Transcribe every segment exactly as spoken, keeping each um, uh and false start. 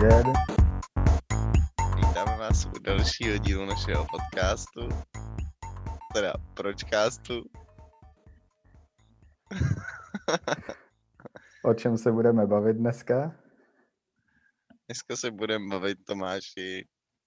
den. Vítáme vás u dalšího dílu našeho podcastu, teda pročcastu. O čem se budeme bavit dneska? Dneska se budeme bavit, Tomáši,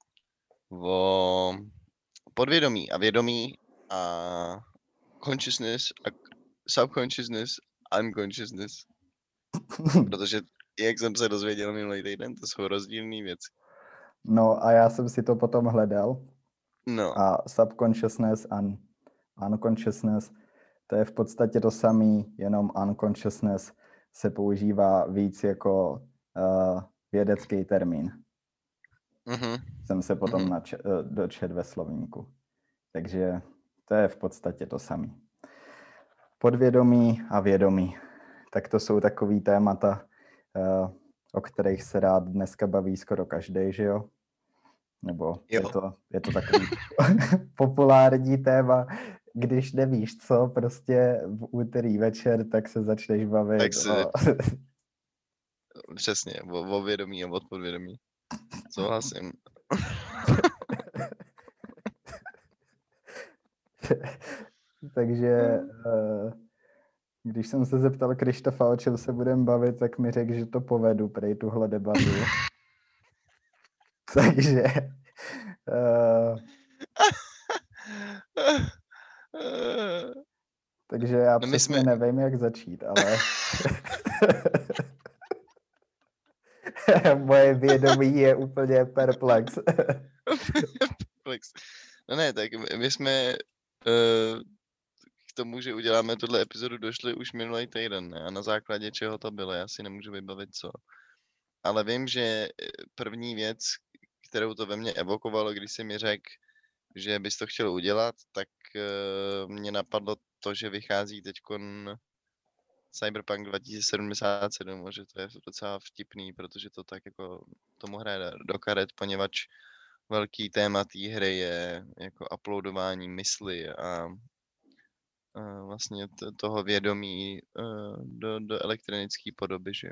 o podvědomí a vědomí a consciousness a subconsciousness, unconsciousness. Protože, jak jsem se dozvěděl minulý týden, to jsou rozdílné věci. No a já jsem si to potom hledal. No. A subconsciousness a un- unconsciousness, to je v podstatě to samý, jenom unconsciousness se používá víc jako uh, vědecký termín. Mhm. Jsem se potom Mhm. nač- uh, dočet ve slovníku. Takže to je v podstatě to samý. Podvědomí a vědomí. Tak to jsou takový témata, uh, o kterých se rád dneska baví skoro každý, že jo? Nebo Jo. je to, je to takový populární téma, když nevíš co, prostě v úterý večer, tak se začneš bavit. Tak se- o... Přesně, o, o vědomí a o podvědomí. Souhlasím. Takže uh, když jsem se zeptal Krištofa, o čem se budeme bavit, tak mi řekl, že to povedu prej tuhle debatu. Takže uh, takže já No my přesně jsme- nevím, jak začít, ale moje vědomí je úplně perplex. Flex. No ne, tak my- my jsme uh, k tomu, že uděláme tuhle epizodu, došli už minulý týden, ne? A na základě čeho to bylo, já si nemůžu vybavit co. Ale vím, že eh, první věc, kterou to ve mně evokovalo, když jsi mi řekl, že bys to chtěl udělat, tak uh, mě napadlo to, že vychází teďkon Cyberpunk dva tisíce sedmdesát sedm, a že to je docela vtipný, protože to tak jako tomu hraje do karet, poněvadž velký téma té hry je jako uploadování mysli a, a vlastně t- toho vědomí uh, do, do elektronické podoby, že jo.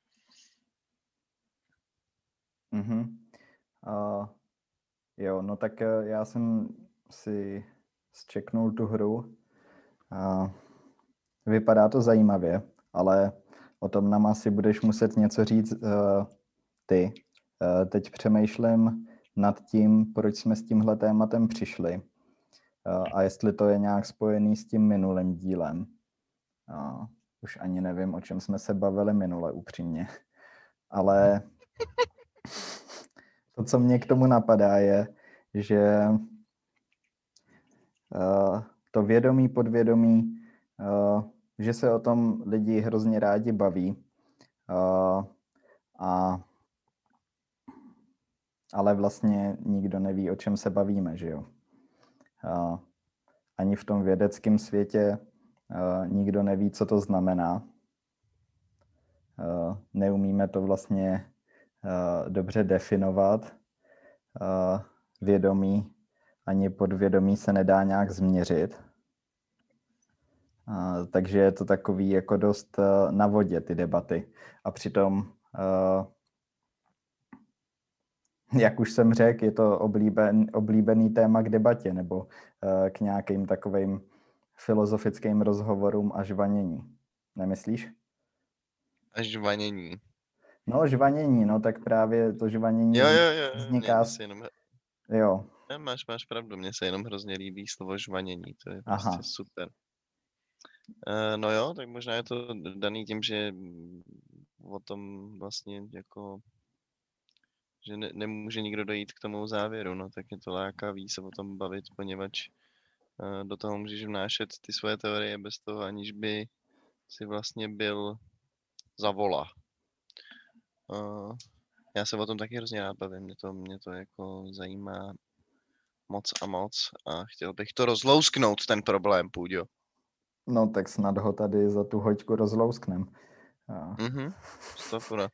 Mhm. Uh, jo, no tak uh, já jsem si zčeknul tu hru. Uh, vypadá to zajímavě, ale o tom nám asi budeš muset něco říct uh, ty. Uh, teď přemýšlím nad tím, proč jsme s tímhle tématem přišli uh, a jestli to je nějak spojený s tím minulým dílem. Uh, už ani nevím, o čem jsme se bavili minule, upřímně. Ale to, co mě k tomu napadá, je, že uh, to vědomí, podvědomí, uh, že se o tom lidi hrozně rádi baví, uh, a, ale vlastně nikdo neví, o čem se bavíme, že jo. Uh, ani v tom vědeckém světě uh, nikdo neví, co to znamená. Uh, neumíme to vlastně uh, dobře definovat. Uh, vědomí ani podvědomí se nedá nějak změřit. Uh, takže je to takový jako dost uh, na vodě ty debaty. A přitom, uh, jak už jsem řekl, je to oblíben, oblíbený téma k debatě nebo uh, k nějakým takovým filozofickým rozhovorům a žvanění. Nemyslíš? A žvanění. No, žvanění, no tak právě to žvanění Jo, jo, jo, vzniká... mě, mě se jenom, Jo. ne, máš, máš pravdu, mně se jenom hrozně líbí slovo žvanění, to je Aha. prostě super. Uh, no jo, tak možná je to daný tím, že mm, o tom vlastně jako, že ne, nemůže nikdo dojít k tomu závěru, no tak je to lákavý se o tom bavit, poněvadž uh, do toho můžeš vnášet ty svoje teorie bez toho, aniž by si vlastně byl za vola. Uh, já se o tom taky hrozně rád bavím, mě to, mě to jako zajímá moc a moc a chtěl bych to rozlousknout, ten problém, Půďo. No tak snad ho tady za tu hoďku rozlousknem. Uh, Mhm, stopura.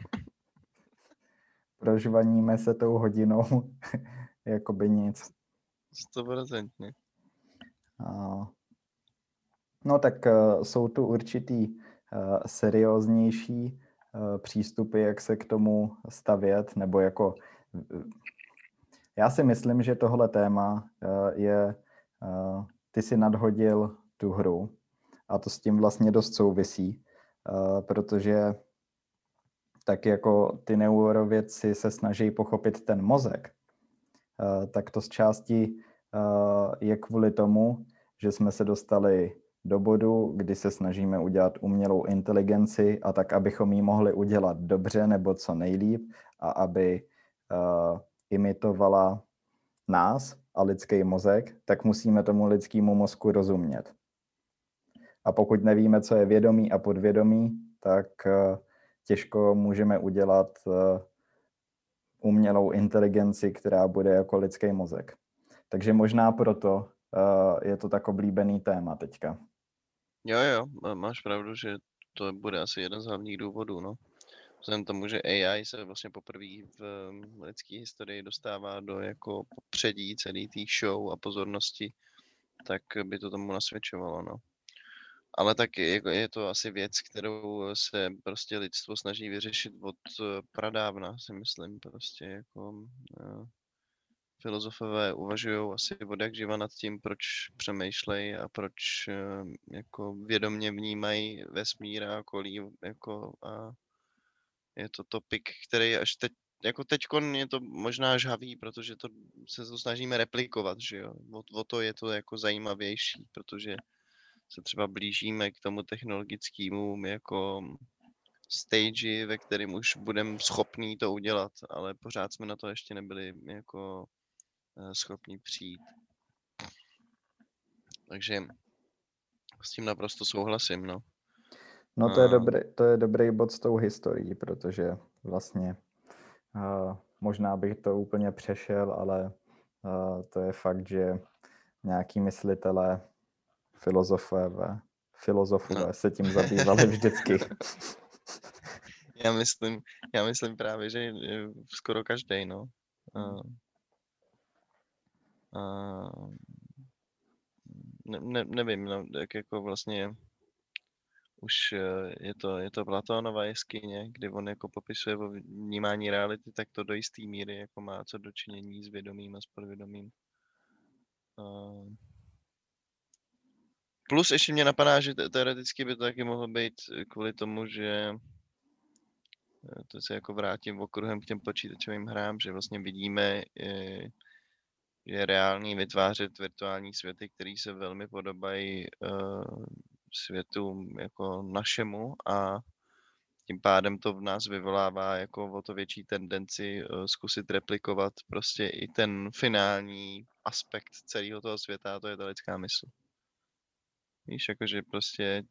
prožvaníme se tou hodinou jakoby nic. Stoprocentně. Uh, no tak uh, jsou tu určitý uh, serióznější přístupy, jak se k tomu stavět, nebo jako... Já si myslím, že tohle téma je... Ty si nadhodil tu hru a to s tím vlastně dost souvisí, protože tak jako ty neurovědci se snaží pochopit ten mozek, tak to z části je kvůli tomu, že jsme se dostali do bodu, kdy se snažíme udělat umělou inteligenci a tak, abychom ji mohli udělat dobře nebo co nejlíp a aby imitovala nás a lidský mozek, tak musíme tomu lidskému mozku rozumět. A pokud nevíme, co je vědomí a podvědomí, tak těžko můžeme udělat umělou inteligenci, která bude jako lidský mozek. Takže možná proto je to tak oblíbený téma teďka. Jo, jo, máš pravdu, že to bude asi jeden z hlavních důvodů, no. Vzhledem tomu, že A I se vlastně poprvé v lidské historii dostává do jako popředí celý té show a pozornosti, tak by to tomu nasvědčovalo, no. Ale tak je, je to asi věc, kterou se prostě lidstvo snaží vyřešit od pradávna, si myslím, prostě jako uh, filozofové uvažují asi od jak živa nad tím, proč přemýšlejí a proč uh, jako vědomně vnímají vesmír a okolí, jako a je to topik, který až teď, jako teďkon je to možná žhavý, protože to se to snažíme replikovat, že jo, o, o to je to jako zajímavější, protože se třeba blížíme k tomu technologickému jako stage, ve kterém už budeme schopní to udělat, ale pořád jsme na to ještě nebyli jako schopní přijít. Takže s tím naprosto souhlasím, no. No to je, dobrý, to je dobrý bod s tou historií, protože vlastně uh, možná bych to úplně přešel, ale uh, to je fakt, že nějaký myslitelé, filozofové, filozofové no. se tím zabývali vždycky. já myslím, já myslím právě, že skoro každý, no. Uh, uh, ne, ne, nevím, no, jak jako vlastně už je to, je to Platónova jeskyně, kdy on jako popisuje o vnímání reality, tak to do jisté míry jako má co dočinění s vědomím a s podvědomím. Uh, plus ještě mě napadá, že teoreticky by to taky mohlo být kvůli tomu, že to se jako vrátím okruhem k těm počítačovým hrám, že vlastně vidíme, je, je reálný vytvářet virtuální světy, které se velmi podobají uh, světu jako našemu a tím pádem to v nás vyvolává jako o to větší tendenci uh, zkusit replikovat prostě i ten finální aspekt celého toho světa, a to je ta lidská mysl. Víš, jakože prostě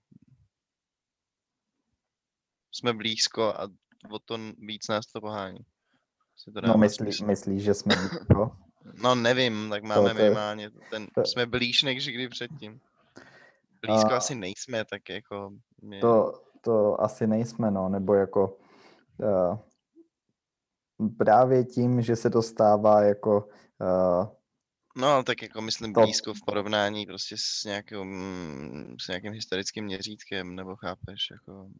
jsme blízko a o to víc nás to pohání. To no myslí, myslíš, že jsme blízko? No nevím, tak máme to, to, minimálně ten, to, jsme blíž než kdy předtím. Blízko a, asi nejsme, tak jako... Je... To, to asi nejsme, no, nebo jako uh, právě tím, že se to stává jako... Uh, no, tak jako myslím to... blízko v porovnání prostě s nějakým, s nějakým historickým měřítkem, nebo chápeš, jako...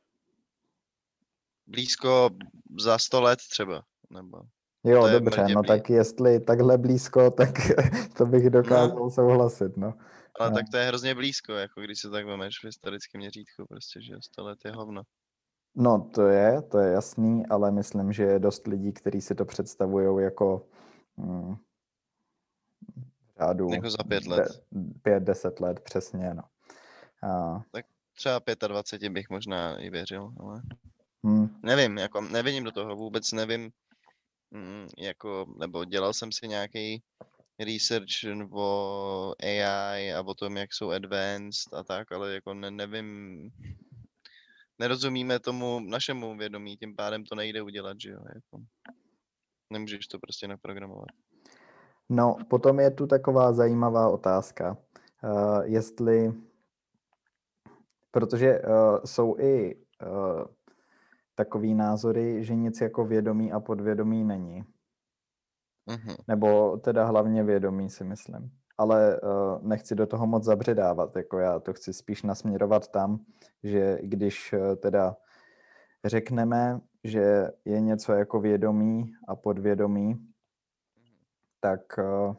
Blízko za sto let třeba, nebo... Jo, dobře, no tak jestli takhle blízko, tak to bych dokázal no. souhlasit, no. Ale no. tak to je hrozně blízko, jako když se tak vemeš v historickém měřítku, prostě, že sto let je hovno. No to je, to je jasný, ale myslím, že je dost lidí, kteří si to představují jako hm, řádu jako za pět let. De, pět, deset let, přesně, no. A... Tak třeba dvacet pět bych možná i věřil, ale hmm. nevím, jako nevidím do toho, vůbec nevím, hm, jako, nebo dělal jsem si nějaký research o A I a o tom, jak jsou advanced a tak, ale jako ne, nevím, nerozumíme tomu našemu vědomí, tím pádem to nejde udělat, že jo, jako nemůžeš to prostě naprogramovat. No, potom je tu taková zajímavá otázka, uh, jestli, protože uh, jsou i uh, takový názory, že nic jako vědomí a podvědomí není. Mm-hmm. Nebo teda hlavně vědomí, si myslím. Ale uh, nechci do toho moc zabředávat, jako já to chci spíš nasměrovat tam, že když uh, teda řekneme, že je něco jako vědomí a podvědomí, tak uh,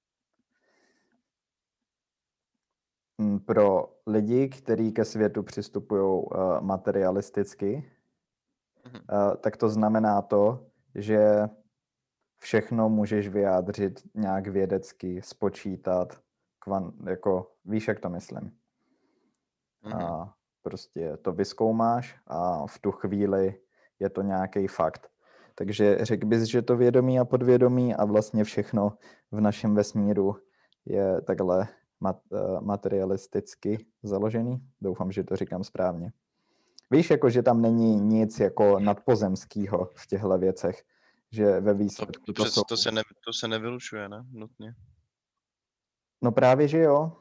pro lidi, kteří ke světu přistupují uh, materialisticky, Mhm. uh, tak to znamená to, že všechno můžeš vyjádřit nějak vědecky, spočítat, kvan, jako víš, jak to myslím. Mhm. A prostě to vyzkoumáš a v tu chvíli je to nějaký fakt. Takže řekl bys, že to vědomí a podvědomí a vlastně všechno v našem vesmíru je takhle mat, materialisticky založený? Doufám, že to říkám správně. Víš, jako, že tam není nic jako nadpozemského v těchto věcech, že ve To, výsledku to přes, jsou... to, se ne, to se nevylučuje, ne? Nutně. No právě, že jo.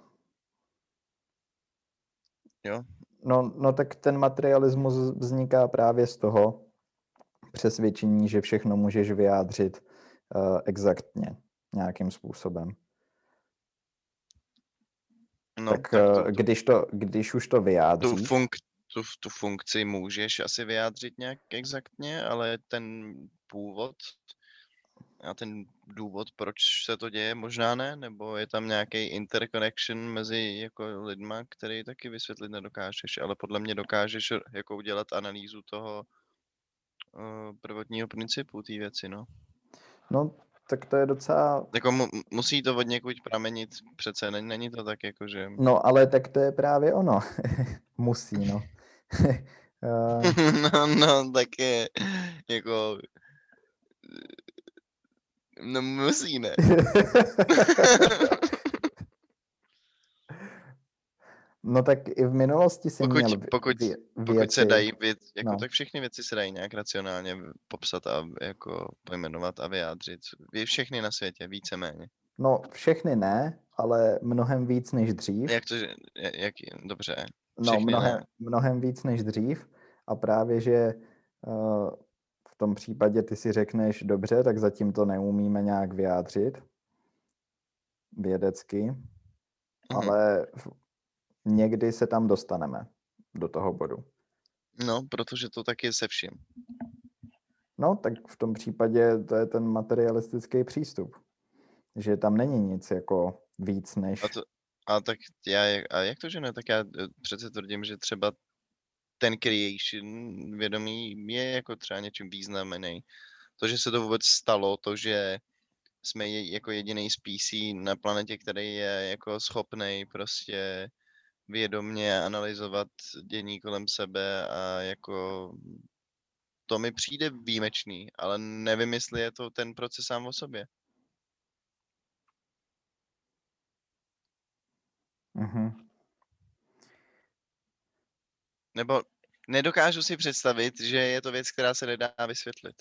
Jo? No, no tak ten materialismus vzniká právě z toho přesvědčení, že všechno můžeš vyjádřit uh, exaktně nějakým způsobem. No, tak tak uh, to, to, když, to, když už to tu, vyjádříš, funk, tu, tu funkci můžeš asi vyjádřit nějak exaktně, ale ten původ a ten důvod, proč se to děje, možná ne, nebo je tam nějaký interconnection mezi jako lidma, který taky vysvětlit nedokážeš, ale podle mě dokážeš jako udělat analýzu toho uh, prvotního principu té věci, no. no tak to je docela... Jako mu, musí to od někud pramenit, přece není, není to tak jako, že... No ale tak to je právě ono. Musí, no. uh... no, no, tak je jako... No musí, ne? No tak i v minulosti jsem Pokud, měl pokud, vě- pokud se věci... dají, věc, jako no. tak všechny věci se dají nějak racionálně popsat a jako pojmenovat a vyjádřit. Vy všechny na světě, víceméně. No všechny ne, ale mnohem víc než dřív. Jak to, že- jak, dobře, No všechny mnohem, ne. mnohem víc než dřív a právě, že uh, v tom případě ty si řekneš, dobře, tak zatím to neumíme nějak vyjádřit vědecky, Mhm. ale v- někdy se tam dostaneme do toho bodu. No, protože to tak je se vším. No, tak v tom případě to je ten materialistický přístup, že tam není nic jako víc než... A, to, a tak já, a jak to, že ne? Tak já eh, přece tvrdím, že třeba ten creation vědomí je jako třeba něčím významný. To, že se to vůbec stalo, to, že jsme je, jako jediný species na planetě, který je jako schopný prostě vědomně analyzovat dění kolem sebe a jako to mi přijde výjimečný, ale nevím, jestli je to ten proces sám o sobě. Mhm. Nebo nedokážu si představit, že je to věc, která se nedá vysvětlit.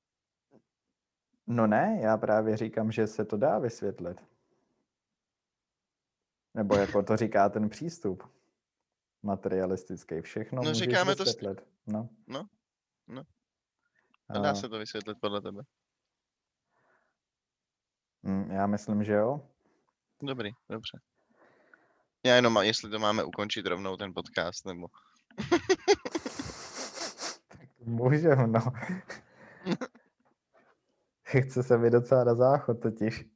No ne, já právě říkám, že se to dá vysvětlit. Nebo jako to říká ten přístup materialistický. Všechno No můžeš říkáme to... vysvětlit. No. No, no. A dá se to vysvětlit podle tebe. Mm, já myslím, že jo. Dobrý, dobře. Já jenom, jestli to máme ukončit rovnou ten podcast, nebo... Tak můžem, no. Chce se mi docela na záchod totiž.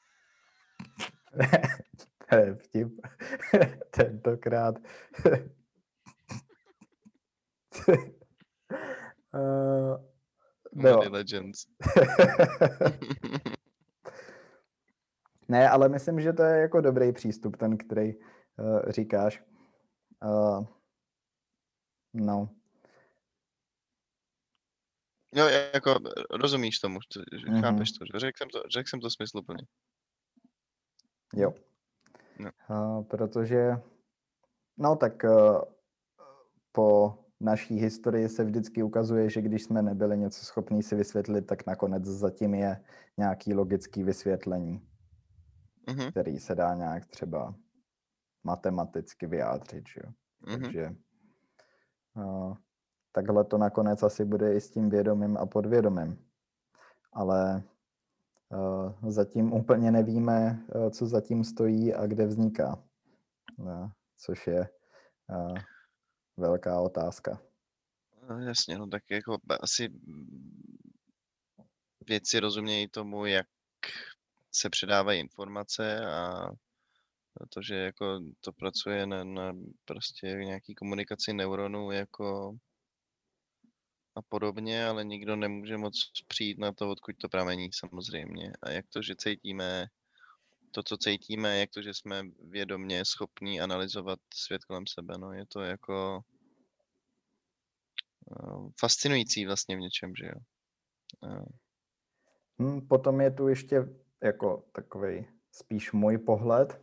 To je vtip. Tentokrát. uh, Mary Legends. Ne, ale myslím, že to je jako dobrý přístup, ten, který uh, říkáš. Uh, no. No, jako rozumíš tomu, Mhm. chápeš to, řekl jsem to, řekl jsem to smysluplně. Jo. No. Uh, protože, no tak uh, po naší historii se vždycky ukazuje, že když jsme nebyli něco schopní si vysvětlit, tak nakonec zatím je nějaký logický vysvětlení, Mhm. který se dá nějak třeba matematicky vyjádřit. Že? Mhm. Takže uh, takhle to nakonec asi bude i s tím vědomým a podvědomým. Ale uh, zatím úplně nevíme, uh, co zatím stojí a kde vzniká. Uh, což je uh, velká otázka. No, jasně, no tak jako ba- asi vědci rozumějí tomu, jak se předávají informace a to, že jako to pracuje na, na prostě nějaký komunikaci neuronů jako a podobně, ale nikdo nemůže moc přijít na to, odkud to pramení samozřejmě. A jak to, že cítíme to, co cítíme, jak to, že jsme vědomě schopní analyzovat svět kolem sebe, no je to jako uh, fascinující vlastně v něčem, že jo. Uh, Hmm, potom je tu ještě jako takový spíš můj pohled,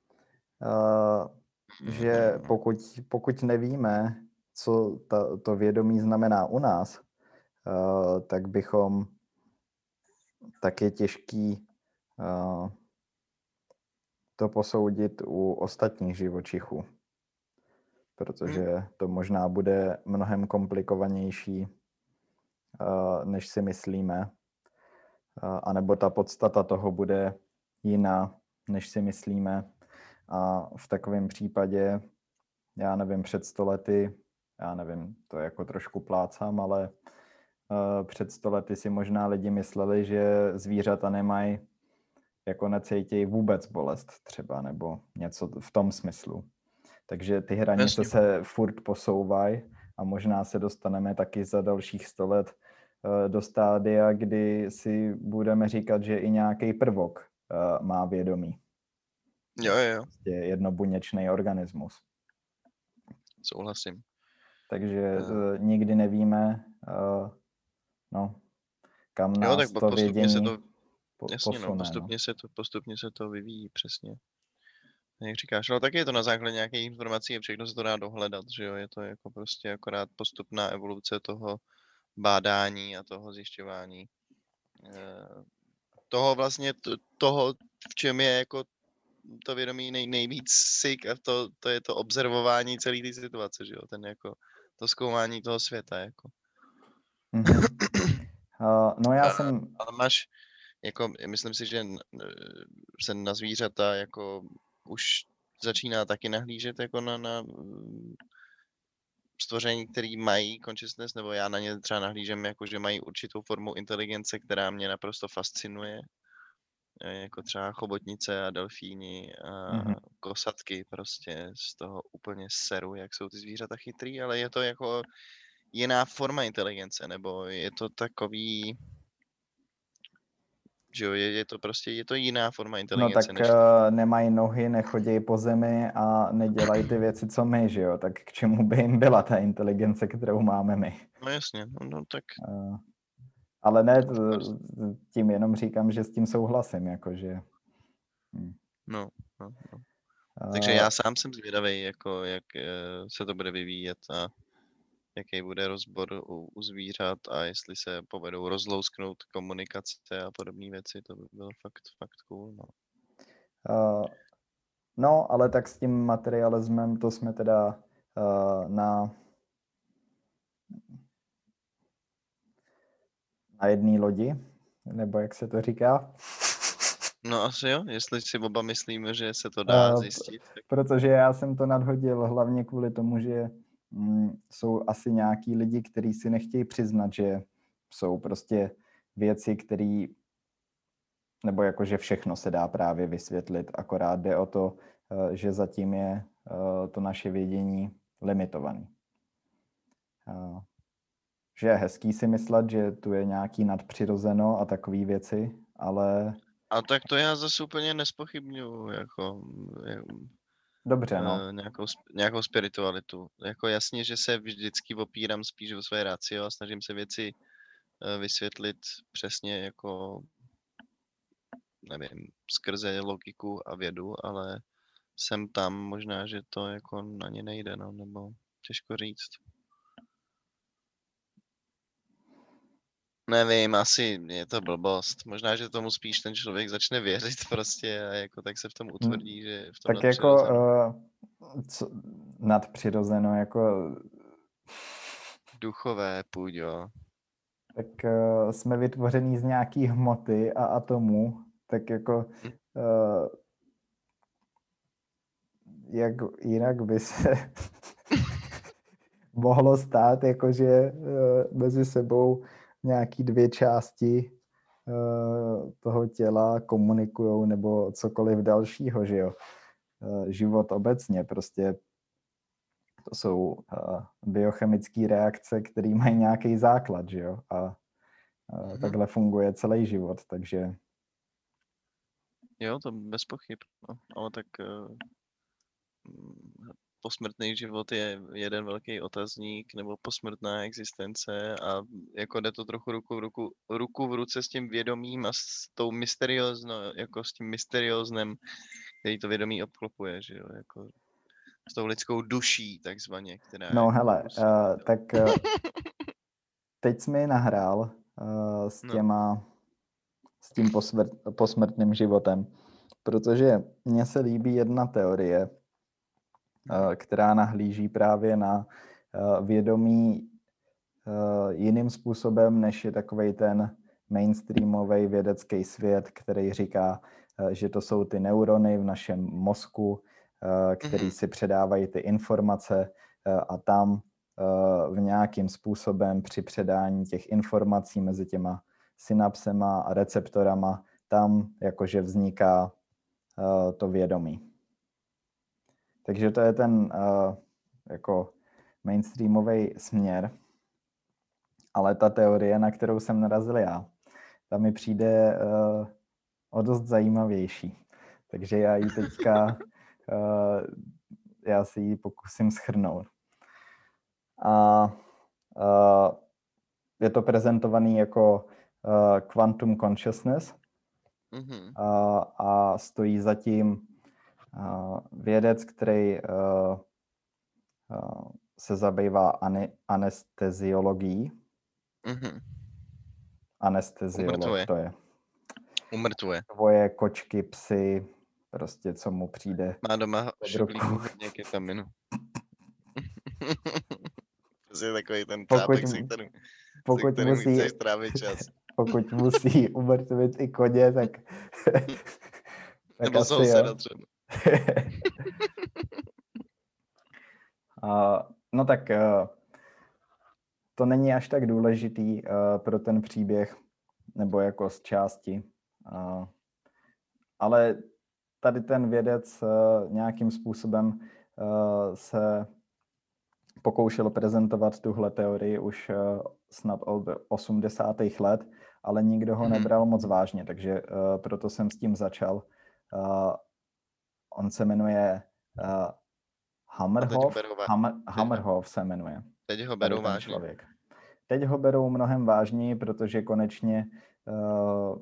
uh, že no, pokud, pokud nevíme, co ta, to vědomí znamená u nás, uh, tak bychom, tak je těžký uh, to posoudit u ostatních živočichů, protože to možná bude mnohem komplikovanější, uh, než si myslíme. Uh, anebo ta podstata toho bude jiná, než si myslíme. A v takovém případě, já nevím, před sto lety, já nevím, to jako trošku plácám, ale uh, před sto lety si možná lidi mysleli, že zvířata nemají, jako necítějí vůbec bolest třeba, nebo něco v tom smyslu. Takže ty hranice jasně. se furt posouvají a možná se dostaneme taky za dalších sto let uh, do stádia, kdy si budeme říkat, že i nějaký prvok uh, má vědomí. Jo, jo, jo, Prostě jednobuněčný organismus. souhlasím. Takže Uh, uh, nikdy nevíme, uh, no, kam jo, tak nás po- to postupně se vědění to, po- jasně no, posune. postupně No. se to, postupně se to vyvíjí, přesně. Jak říkáš, ale taky je to na základě nějakých informací a všechno se to dá dohledat, že jo, je to jako prostě akorát postupná evoluce toho bádání a toho zjišťování. Eh, toho vlastně, t- toho, v čem je jako to vědomí nej, nejvíc sik a to, to je to observování celé té situace, že jo, ten jako, to zkoumání toho světa, jako. Mm-hmm. Uh, no já A, jsem... ale máš, jako, myslím si, že n- se na zvířata jako už začíná taky nahlížet jako na, na mm, stvoření, který mají consciousness, nebo já na ně třeba nahlížím jako, že mají určitou formu inteligence, která mě naprosto fascinuje, e, jako třeba chobotnice a delfíni a Mm-hmm. kosatky, prostě z toho úplně seru, jak jsou ty zvířata chytrý, ale je to jako jiná forma inteligence, nebo je to takový, že jo, je, je to prostě, je to jiná forma No inteligence, tak než, uh, nemají nohy, nechodí po zemi a nedělají ty věci, co my, že jo? Tak k čemu by jim byla ta inteligence, kterou máme my? no jasně, no, no tak, Uh, ale ne, of course, tím jenom říkám, že s tím souhlasím, jakože... Hm. no, no, no. Takže Uh, já sám jsem zvědavý, jako jak eh, se to bude vyvíjet a jaký bude rozbor u, u zvířat a jestli se povedou rozlousknout komunikace a podobné věci, to by bylo fakt, fakt cool. No. uh, no, ale tak s tím materialismem to jsme teda uh, na, na jedné lodi, nebo jak se to říká. no asi jo, jestli si oba myslíme, že se to dá Uh, zjistit. Tak... protože já jsem to nadhodil hlavně kvůli tomu, že mm, jsou asi nějaký lidi, kteří si nechtějí přiznat, že jsou prostě věci, které, nebo jako, že všechno se dá právě vysvětlit, akorát jde o to, uh, že zatím je uh, to naše vědění limitované. Uh, že je hezký si myslet, že tu je nějaký nadpřirozeno a takové věci, ale... A tak to já zase úplně nespochybnuju, jako je, Dobře, no. uh, nějakou, nějakou spiritualitu. Jako jasně, že se vždycky opírám spíš o své ratio a snažím se věci uh, vysvětlit přesně jako nevím, skrze logiku a vědu, ale jsem tam možná, že to jako na ně nejde, no, nebo těžko říct. Nevím, asi je to blbost. Možná, že tomu spíš ten člověk začne věřit prostě a jako tak se v tom utvrdí, že v tom Tak jako nadpřirozeném. uh, co, nadpřirozeno, jako... Duchové, půjď, jo. Tak uh, jsme vytvoření z nějaký hmoty a atomů, tak jako Hm. uh, jak jinak by se mohlo stát, jakože uh, mezi sebou nějaký dvě části uh, toho těla komunikujou nebo cokoliv dalšího, že jo. Uh, život obecně, prostě to jsou uh, biochemické reakce, které mají nějaký základ, že jo. A uh, mm-hmm. takhle funguje celý život, takže... Jo, to bez pochyb, no. Ale tak uh, posmrtný život je jeden velký otazník, nebo posmrtná existence a jako jde to trochu ruku v ruku, ruku v ruce s tím vědomím a s tou mysteriózno, jako s tím mysterióznem, který to vědomí obklopuje, že jo, jako s tou lidskou duší, takzvaně, která No je hele, uh, tak uh, teď jsi mi nahrál uh, s těma, no. s tím posmrt, posmrtným životem, protože mně se líbí jedna teorie, uh, která nahlíží právě na uh, vědomí uh, jiným způsobem, než je takovej ten mainstreamový vědecký svět, který říká, uh, že to jsou ty neurony v našem mozku, uh, který si předávají ty informace uh, a tam uh, v nějakým způsobem při předání těch informací mezi těma synapsema a receptorama, tam jakože vzniká uh, to vědomí. Takže to je ten uh, jako mainstreamový směr, ale ta teorie, na kterou jsem narazil já, ta mi přijde uh, o dost zajímavější. Takže já ji teďka, uh, já si ji pokusím shrnout. A uh, je to prezentovaný jako uh, quantum consciousness mm-hmm. uh, a stojí zatím uh, vědec, který uh, uh, se zabývá ani- anesteziologií. Mm-hmm. Anesteziolog Umrtvuje. to je. Umrtvuje. Tvoje kočky, psy, prostě co mu přijde. Má doma šuplíku hodně ketaminu. To je takový ten tápek, se kterým, pokud se kterým musí, chceš trávit čas. Pokud musí umrtvit i koně, tak, tak nebo asi jo. třeba. uh, no tak uh, to není až tak důležitý uh, pro ten příběh, nebo jako z části. Uh, ale tady ten vědec uh, nějakým způsobem uh, se pokoušel prezentovat tuhle teorii už uh, snad od osmdesátých let, ale nikdo ho nebral moc vážně, takže uh, proto jsem s tím začal. Uh, on se jmenuje uh, Hammerhoff. Hammer, Hammerhoff se jmenuje. Teď ho berou vážně. Člověk. Teď ho berou mnohem vážněji, protože konečně uh,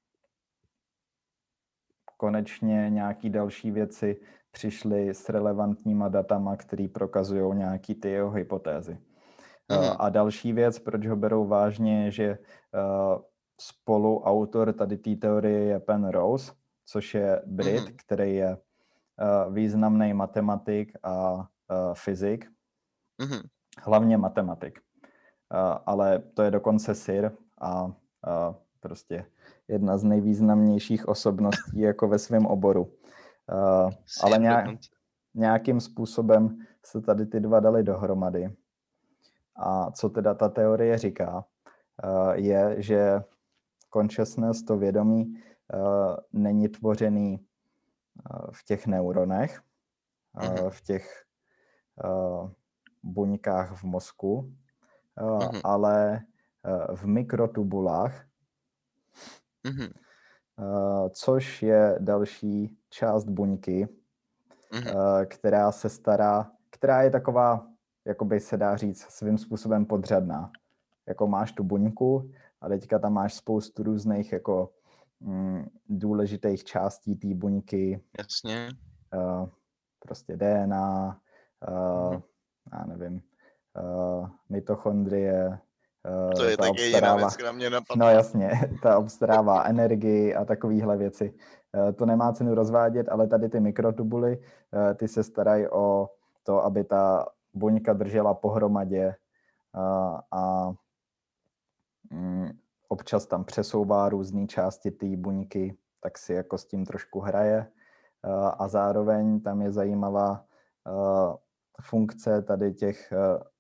konečně nějaký další věci přišly s relevantníma datama, které prokazují nějaký ty jeho hypotézy. Mm-hmm. Uh, a další věc, proč ho berou vážně, je, že uh, spoluautor tady té teorie je Penrose, což je Brit, mm-hmm. který je uh, významný matematik a uh, fyzik. Mm-hmm. Hlavně matematik. Uh, ale to je dokonce sir a uh, prostě jedna z nejvýznamnějších osobností jako ve svém oboru. Uh, ale nějak, nějakým způsobem se tady ty dva dali dohromady. A co teda ta teorie říká, uh, je, že consciousness, to vědomí, uh, není tvořený uh, v těch neuronech, uh, v těch uh, buňkách v mozku, uh, mm-hmm. ale uh, v mikrotubulách, mm-hmm. uh, což je další část buňky, mm-hmm. uh, která se stará, která je taková, jakoby se dá říct, svým způsobem podřadná. Jako máš tu buňku a teďka tam máš spoustu různých jako mm, důležitých částí té buňky. Jasně. Uh, prostě D N A, uh, mm-hmm. já nevím, uh, mitochondrie. Uh, to je taky jediná věc, která mě napadla. No jasně, ta obstarává energii a takovéhle věci. Uh, to nemá cenu rozvádět, ale tady ty mikrotubuly, uh, ty se starají o to, aby ta buňka držela pohromadě uh, a um, občas tam přesouvá různé části té buňky, tak si jako s tím trošku hraje. Uh, a zároveň tam je zajímavá uh, funkce tady těch uh,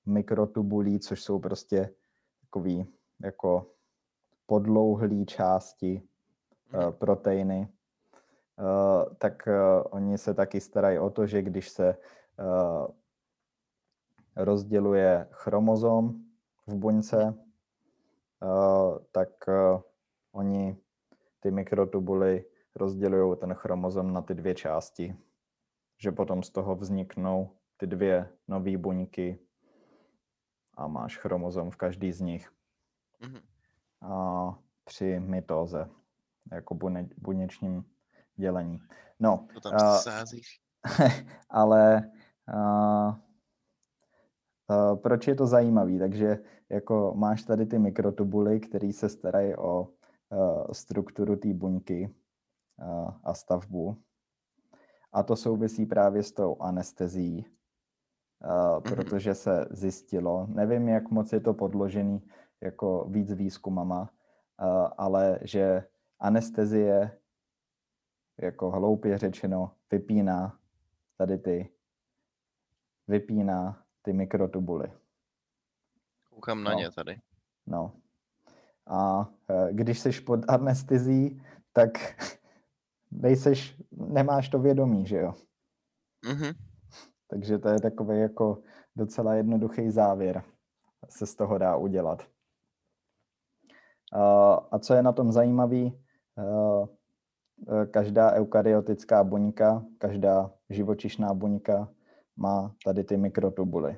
mikrotubulí, což jsou prostě takový jako podlouhlý části uh, proteiny, uh, tak uh, oni se taky starají o to, že když se uh, rozděluje chromozom v buňce, uh, tak uh, oni ty mikrotubuly rozdělují ten chromozom na ty dvě části, že potom z toho vzniknou ty dvě nové buňky a máš chromozom v každý z nich. Mhm. A při mitóze, jako bune, buněčním dělení. No, To tam uh, sázíš. ale uh, uh, proč je to zajímavý? Takže jako máš tady ty mikrotubuly, které se starají o uh, strukturu té buňky uh, a stavbu. A to souvisí právě s tou anestezií, uh, protože se zjistilo, nevím, jak moc je to podložený jako víc výzkumama, uh, ale že anestezie, jako hloupě řečeno, vypíná tady ty, vypíná ty mikrotubuly. Koukám na No. ně tady. No. A uh, když jsi pod anestezí, tak nejseš, nemáš to vědomí, že jo? Mhm. Takže to je takový jako docela jednoduchý závěr, se z toho dá udělat. A co je na tom zajímavý, každá eukaryotická buňka, každá živočišná buňka má tady ty mikrotubuly.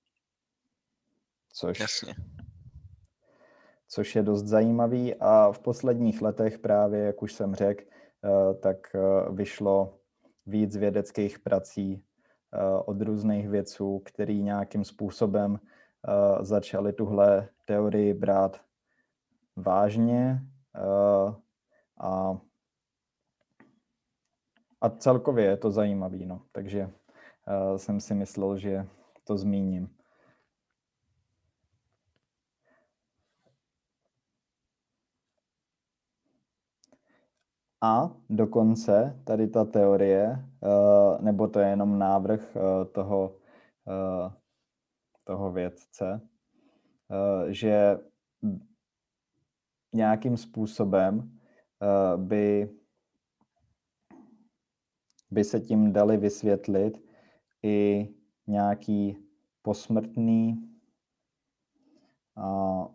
Což, Jasně. což je dost zajímavý a v posledních letech právě, jak už jsem řekl, tak vyšlo víc vědeckých prací od různých vědců, který nějakým způsobem začali tuhle teorii brát vážně a, a celkově je to zajímavý, no. Takže jsem si myslel, že to zmíním. A dokonce tady ta teorie, nebo to je jenom návrh toho, toho vědce, že nějakým způsobem by, by se tím dali vysvětlit i nějaký posmrtný a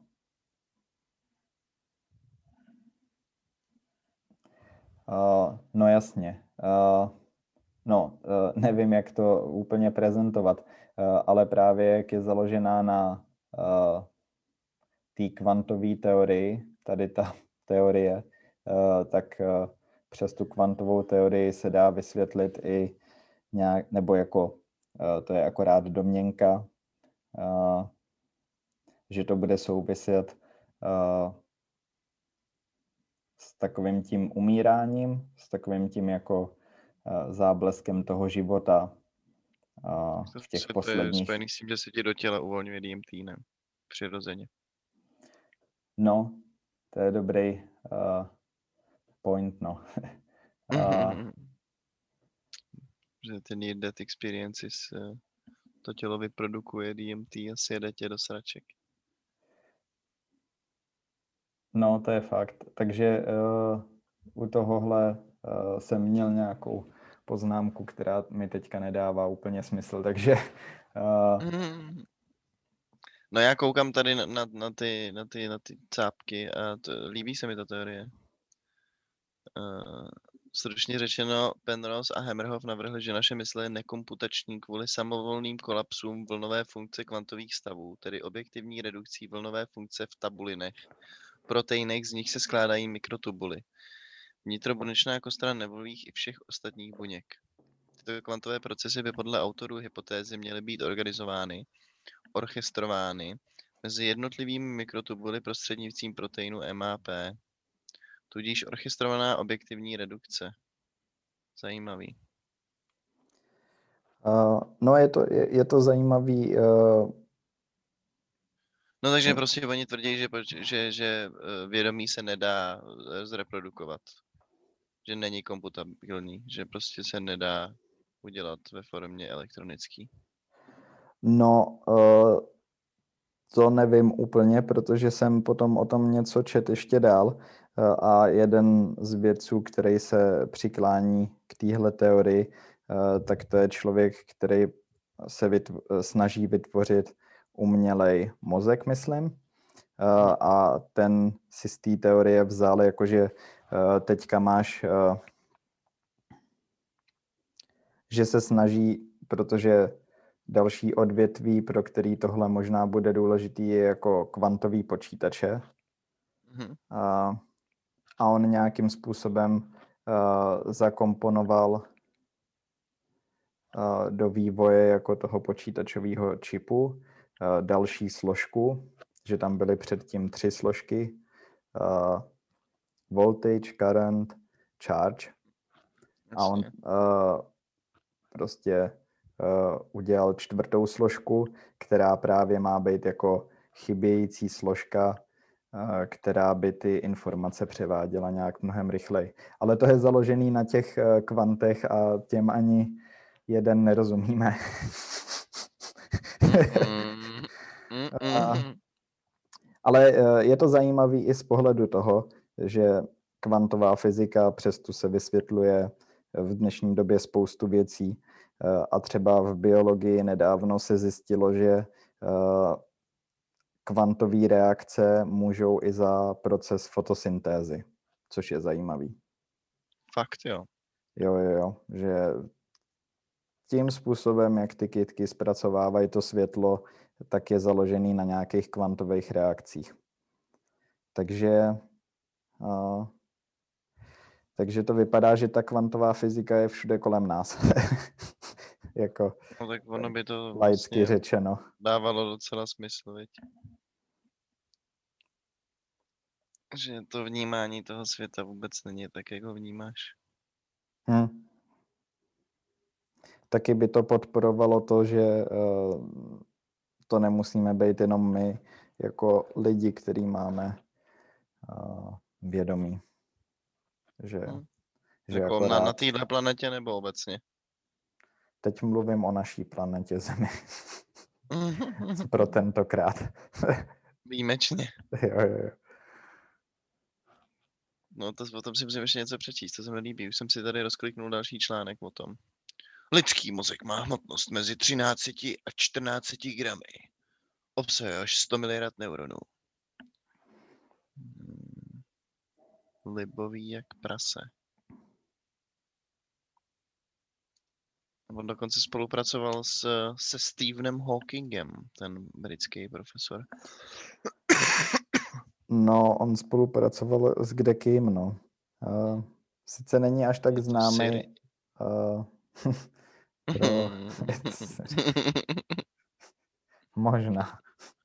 Uh, no jasně. Uh, no, uh, nevím, jak to úplně prezentovat, uh, ale právě jak je založená na uh, té kvantové teorii, tady ta teorie, uh, tak uh, přes tu kvantovou teorii se dá vysvětlit i nějak, nebo jako uh, to je akorát domněnka, uh, že to bude souviset uh, s takovým tím umíráním, s takovým tím jako uh, zábleskem toho života uh, v těch To je posledních... spojený s tím, že se ti do těla uvolňuje D M T, ne? Přirozeně. No, to je dobrý uh, point, no. uh, Že ty near death experiences, to tělo vyprodukuje D M T a sjede tě do sraček. No, to je fakt. Takže uh, u tohohle uh, jsem měl nějakou poznámku, která mi teďka nedává úplně smysl, takže... Uh, no já koukám tady na, na, na, ty, na, ty, na ty cápky a to, líbí se mi ta teorie. Uh, stručně řečeno, Penrose a Hammerhoff navrhli, že naše mysl je nekomputační kvůli samovolným kolapsům vlnové funkce kvantových stavů, tedy objektivní redukcí vlnové funkce v tabulinech, proteinech, z nich se skládají mikrotubuly. Vnitrobuněčná kostra nevolých i všech ostatních buněk. Tyto kvantové procesy by podle autorů hypotézy měly být organizovány, orchestrovány mezi jednotlivými mikrotubuly prostřednictvím proteinu M A P. Tudíž orchestrovaná objektivní redukce. Zajímavý. Uh, no je to, je, je to zajímavý. Uh... No takže prostě oni tvrdí, že, že, že vědomí se nedá zreprodukovat. Že není komputabilní, že prostě se nedá udělat ve formě elektronický. No, uh, To nevím úplně, protože jsem potom o tom něco čet ještě dál a jeden z vědců, který se přiklání k téhle teorii, tak to je člověk, který se vytv- snaží vytvořit umělej mozek, myslím. A ten si z té teorie vzal, jakože teďka máš, že se snaží, protože další odvětví, pro který tohle možná bude důležitý, je jako kvantový počítače. Mhm. A, a on nějakým způsobem uh, zakomponoval uh, do vývoje jako toho počítačového čipu uh, další složku, že tam byly předtím tři složky. Uh, voltage, current, charge. A on uh, prostě uh, udělal čtvrtou složku, která právě má být jako chybějící složka, uh, která by ty informace převáděla nějak mnohem rychleji. Ale to je založený na těch uh, kvantech a těm ani jeden nerozumíme. Mm-mm. a, Mm-mm. ale uh, je to zajímavý i z pohledu toho, že kvantová fyzika, přesto se vysvětluje v dnešní době spoustu věcí. A třeba v biologii nedávno se zjistilo, že kvantové reakce můžou i za proces fotosyntézy, což je zajímavý. Fakt jo. Jo, jo, jo, že tím způsobem, jak ty kytky zpracovávají to světlo, tak je založený na nějakých kvantových reakcích. Takže, uh, takže to vypadá, že ta kvantová fyzika je všude kolem nás. jako No tak ono by to laicky vlastně řečeno. dávalo docela smysl, viď? Že to vnímání toho světa vůbec není tak, jak ho vnímáš. Hm. Taky by to podporovalo to, že uh, to nemusíme být jenom my, jako lidi, který máme uh, vědomí. Že, Hm. že Jako akorát... na, na téhle planetě nebo obecně? Teď mluvím o naší planetě Zemi. Pro tentokrát. Výjimečně. jo, jo, jo. No to o tom si musím ještě něco přečíst, to se mi líbí. Už jsem si tady rozkliknul další článek o tom. Lidský mozek má hmotnost mezi třinácti a čtrnácti gramy. Obsahuje až sto miliard neuronů. Hmm. Libový jak prase. On dokonce spolupracoval s, se Stephenem Hawkingem, ten britský profesor. No, on spolupracoval s kdekým, no. Uh, sice není až tak známý. Uh, pro... Možná.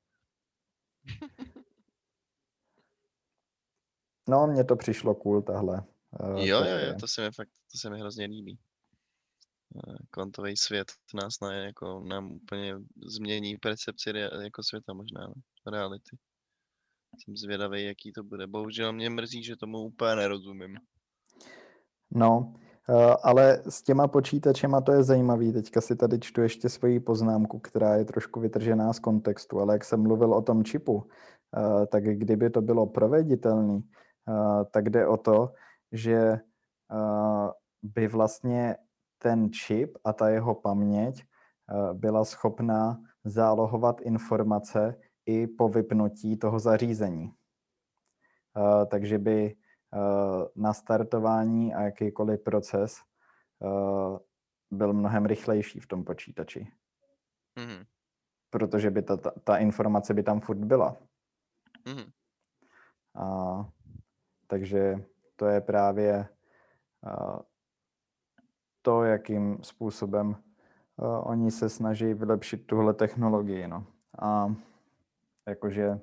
No, mně to přišlo cool, tahle. Uh, jo, jo, jo, to se mi fakt, to se mi hrozně líbí. Kvantový svět nás na, jako, nám úplně změní percepci jako světa možná, ne? Reality. Jsem zvědavý, jaký to bude. Bohužel mě mrzí, že tomu úplně nerozumím. No, ale s těma počítačema to je zajímavý. Teďka si tady čtu ještě svoji poznámku, která je trošku vytržená z kontextu, ale jak jsem mluvil o tom čipu, tak kdyby to bylo proveditelné, tak jde o to, že by vlastně ten čip a ta jeho paměť byla schopná zálohovat informace i po vypnutí toho zařízení. Takže by nastartování a jakýkoliv proces byl mnohem rychlejší v tom počítači. Mm-hmm. Protože by ta, ta, ta informace by tam furt byla. Mm-hmm. A, takže to je právě a, to, jakým způsobem a, oni se snaží vylepšit tuhle technologii. No. A jakože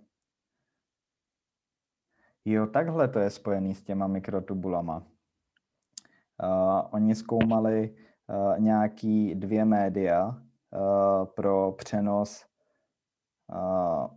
jo, takhle to je spojený s těma mikrotubulama. Uh, oni zkoumali uh, nějaký dvě média uh, pro přenos uh,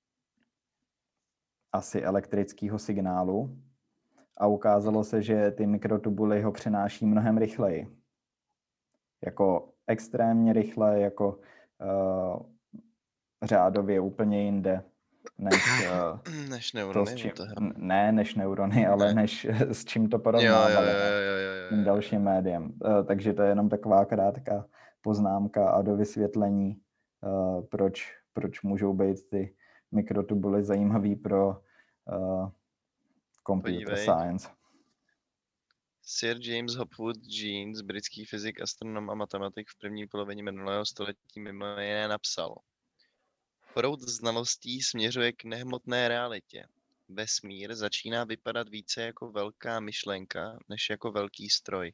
asi elektrického signálu a ukázalo se, že ty mikrotubuly ho přenáší mnohem rychleji. Jako extrémně rychle, jako uh, řádově úplně jinde, než uh, Než to, neurony, s what čím, the hell. n- ne než neurony, ale Ne. než s čím to Jo, jo, porovnávali, jo, no, jo, jo, jo, tím jo, dalším jo. médiem. Uh, takže to je jenom taková krátká poznámka a do vysvětlení, uh, proč, proč můžou být ty mikrotubuly zajímavý pro uh, computer Podívej. science. Sir James Hopwood Jeans, britský fyzik, astronom a matematik v první polovině minulého století mimo jiné napsal: Proud znalostí směřuje k nehmotné realitě. Vesmír začíná vypadat více jako velká myšlenka, než jako velký stroj.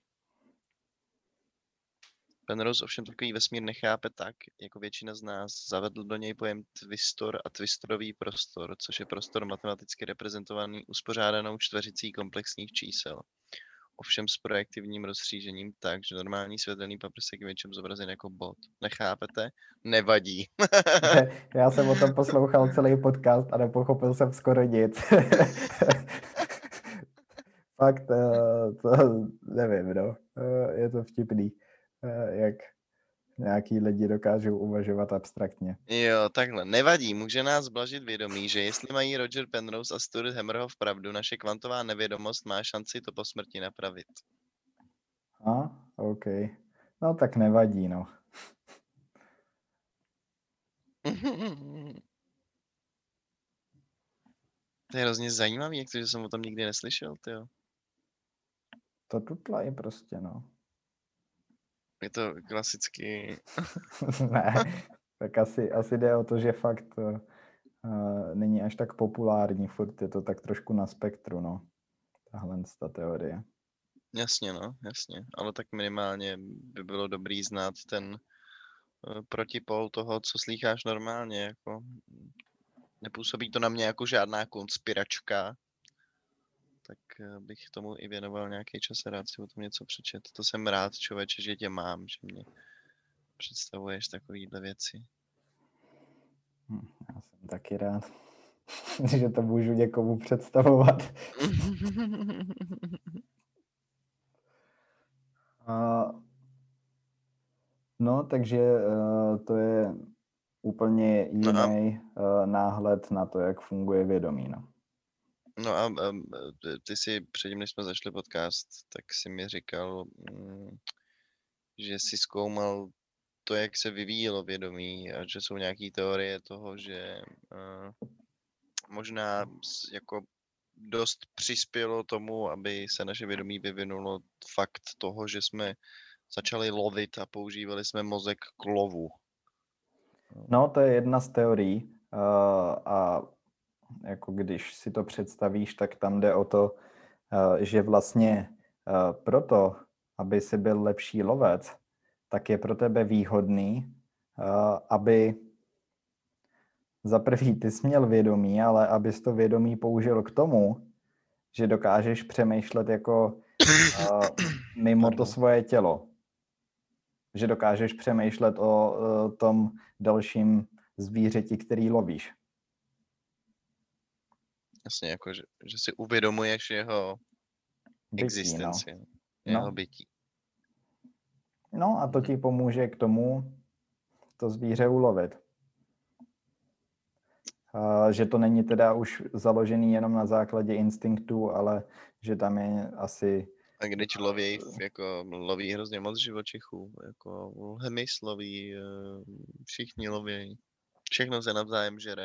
Penrose ovšem takový vesmír nechápe tak, jako většina z nás. Zavedl do něj pojem twistor a twistorový prostor, což je prostor matematicky reprezentovaný uspořádanou čtveřicí komplexních čísel. Ovšem s projektivním rozšířením tak, že normální světelný paprsek je většinou zobrazen jako bod. Nechápete? Nevadí. Já jsem o tom poslouchal celý podcast a nepochopil jsem skoro nic. Fakt, uh, to nevím, no. Uh, je to vtipný, uh, jak nějaký lidi dokážou uvažovat abstraktně. Jo, takhle. Nevadí, může nás blažit vědomí, že jestli mají Roger Penrose a Stuart Hammerhoff pravdu, naše kvantová nevědomost má šanci to po smrti napravit. A, OK. No tak nevadí, no. To je hrozně zajímavý, jak to, že jsem o tom nikdy neslyšel, tyjo. To tutlají prostě, no. Je to klasicky... Ne, tak asi, asi jde o to, že fakt uh, není až tak populární, furt je to tak trošku na spektru, no. Tahle ta teorie. Jasně, no, jasně. Ale tak minimálně by bylo dobrý znát ten uh, protipol toho, co slýcháš normálně, jako... Nepůsobí to na mě jako žádná konspiračka, tak bych tomu i věnoval nějaký čas a rád si o tom něco přečet. To jsem rád, člověče, že tě mám, že mě představuješ takovýhle věci. Hm, já jsem taky rád, že to můžu někomu představovat. uh, no, takže uh, to je úplně jiný no uh, náhled na to, jak funguje vědomí, no. No a, a ty si předtím, než jsme začali podcast, tak si mi říkal, mm, že jsi zkoumal to, jak se vyvíjelo vědomí a že jsou nějaké teorie toho, že uh, možná jako dost přispělo tomu, aby se naše vědomí vyvinulo fakt toho, že jsme začali lovit a používali jsme mozek k lovu. No, to je jedna z teorií uh, a jako když si to představíš, tak tam jde o to, uh, že vlastně uh, proto, aby si byl lepší lovec, tak je pro tebe výhodný, uh, aby za prvý ty jsi měl vědomí, ale abys to vědomí použil k tomu, že dokážeš přemýšlet jako uh, mimo Pardon. to svoje tělo. Že dokážeš přemýšlet o uh, tom dalším zvířeti, který lovíš. Jasně, jako, že, že si uvědomuješ jeho Bytí, existenci, no. jeho No. bytí. No a to ti pomůže k tomu to zvíře ulovit. Uh, že to není teda už založený jenom na základě instinktu, ale že tam je asi... A když loví, jako loví hrozně moc živočichů, jako hmyz loví, všichni loví, všechno se navzájem žere.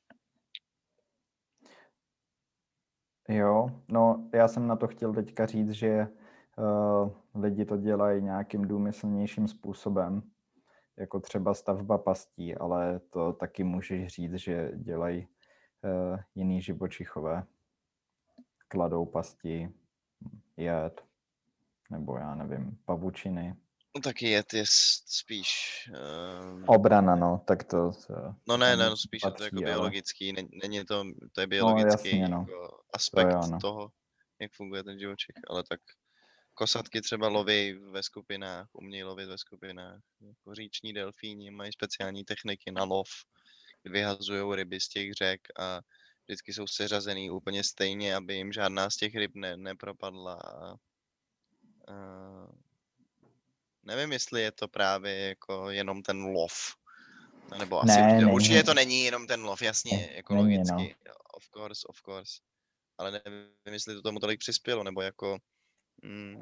Jo, no já jsem na to chtěl teďka říct, že uh, lidi to dělají nějakým důmyslnějším způsobem, jako třeba stavba pastí, ale to taky můžeš říct, že dělají uh, jiný živočichové. Kladou pasti, jed, nebo já nevím, pavučiny. No taky jed je spíš... Uh... Obrana, no, tak to... Uh, no ne, ne, no, spíš patří, je to jako ale... biologický, není, není to, to je No biologický jasně, no. jako aspekt to jo, no. toho, jak funguje ten živočich, ale tak kosatky třeba loví ve skupinách, umějí lovit ve skupinách, jako říční delfíni mají speciální techniky na lov, vyhazují ryby z těch řek a vždycky jsou seřazený úplně stejně, aby jim žádná z těch ryb ne, nepropadla. A, a nevím, jestli je to právě jako jenom ten lov, No, nebo asi Ne, určitě, není. určitě to není jenom ten lov, jasně, Ne, jako není, logicky, of course, of course. Ale nevím, jestli to tomu tolik přispělo, nebo jako... Mm,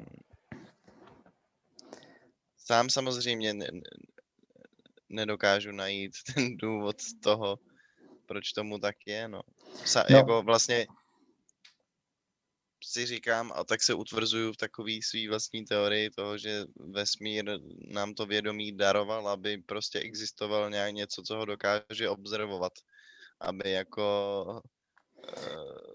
sám samozřejmě ne, ne- nedokážu najít ten důvod toho, proč tomu tak je, no. Sa, No. jako vlastně si říkám, a tak se utvrzuju v takový svý vlastní teorii toho, že vesmír nám to vědomí daroval, aby prostě existoval nějak něco, co ho dokáže observovat. Aby jako... Uh,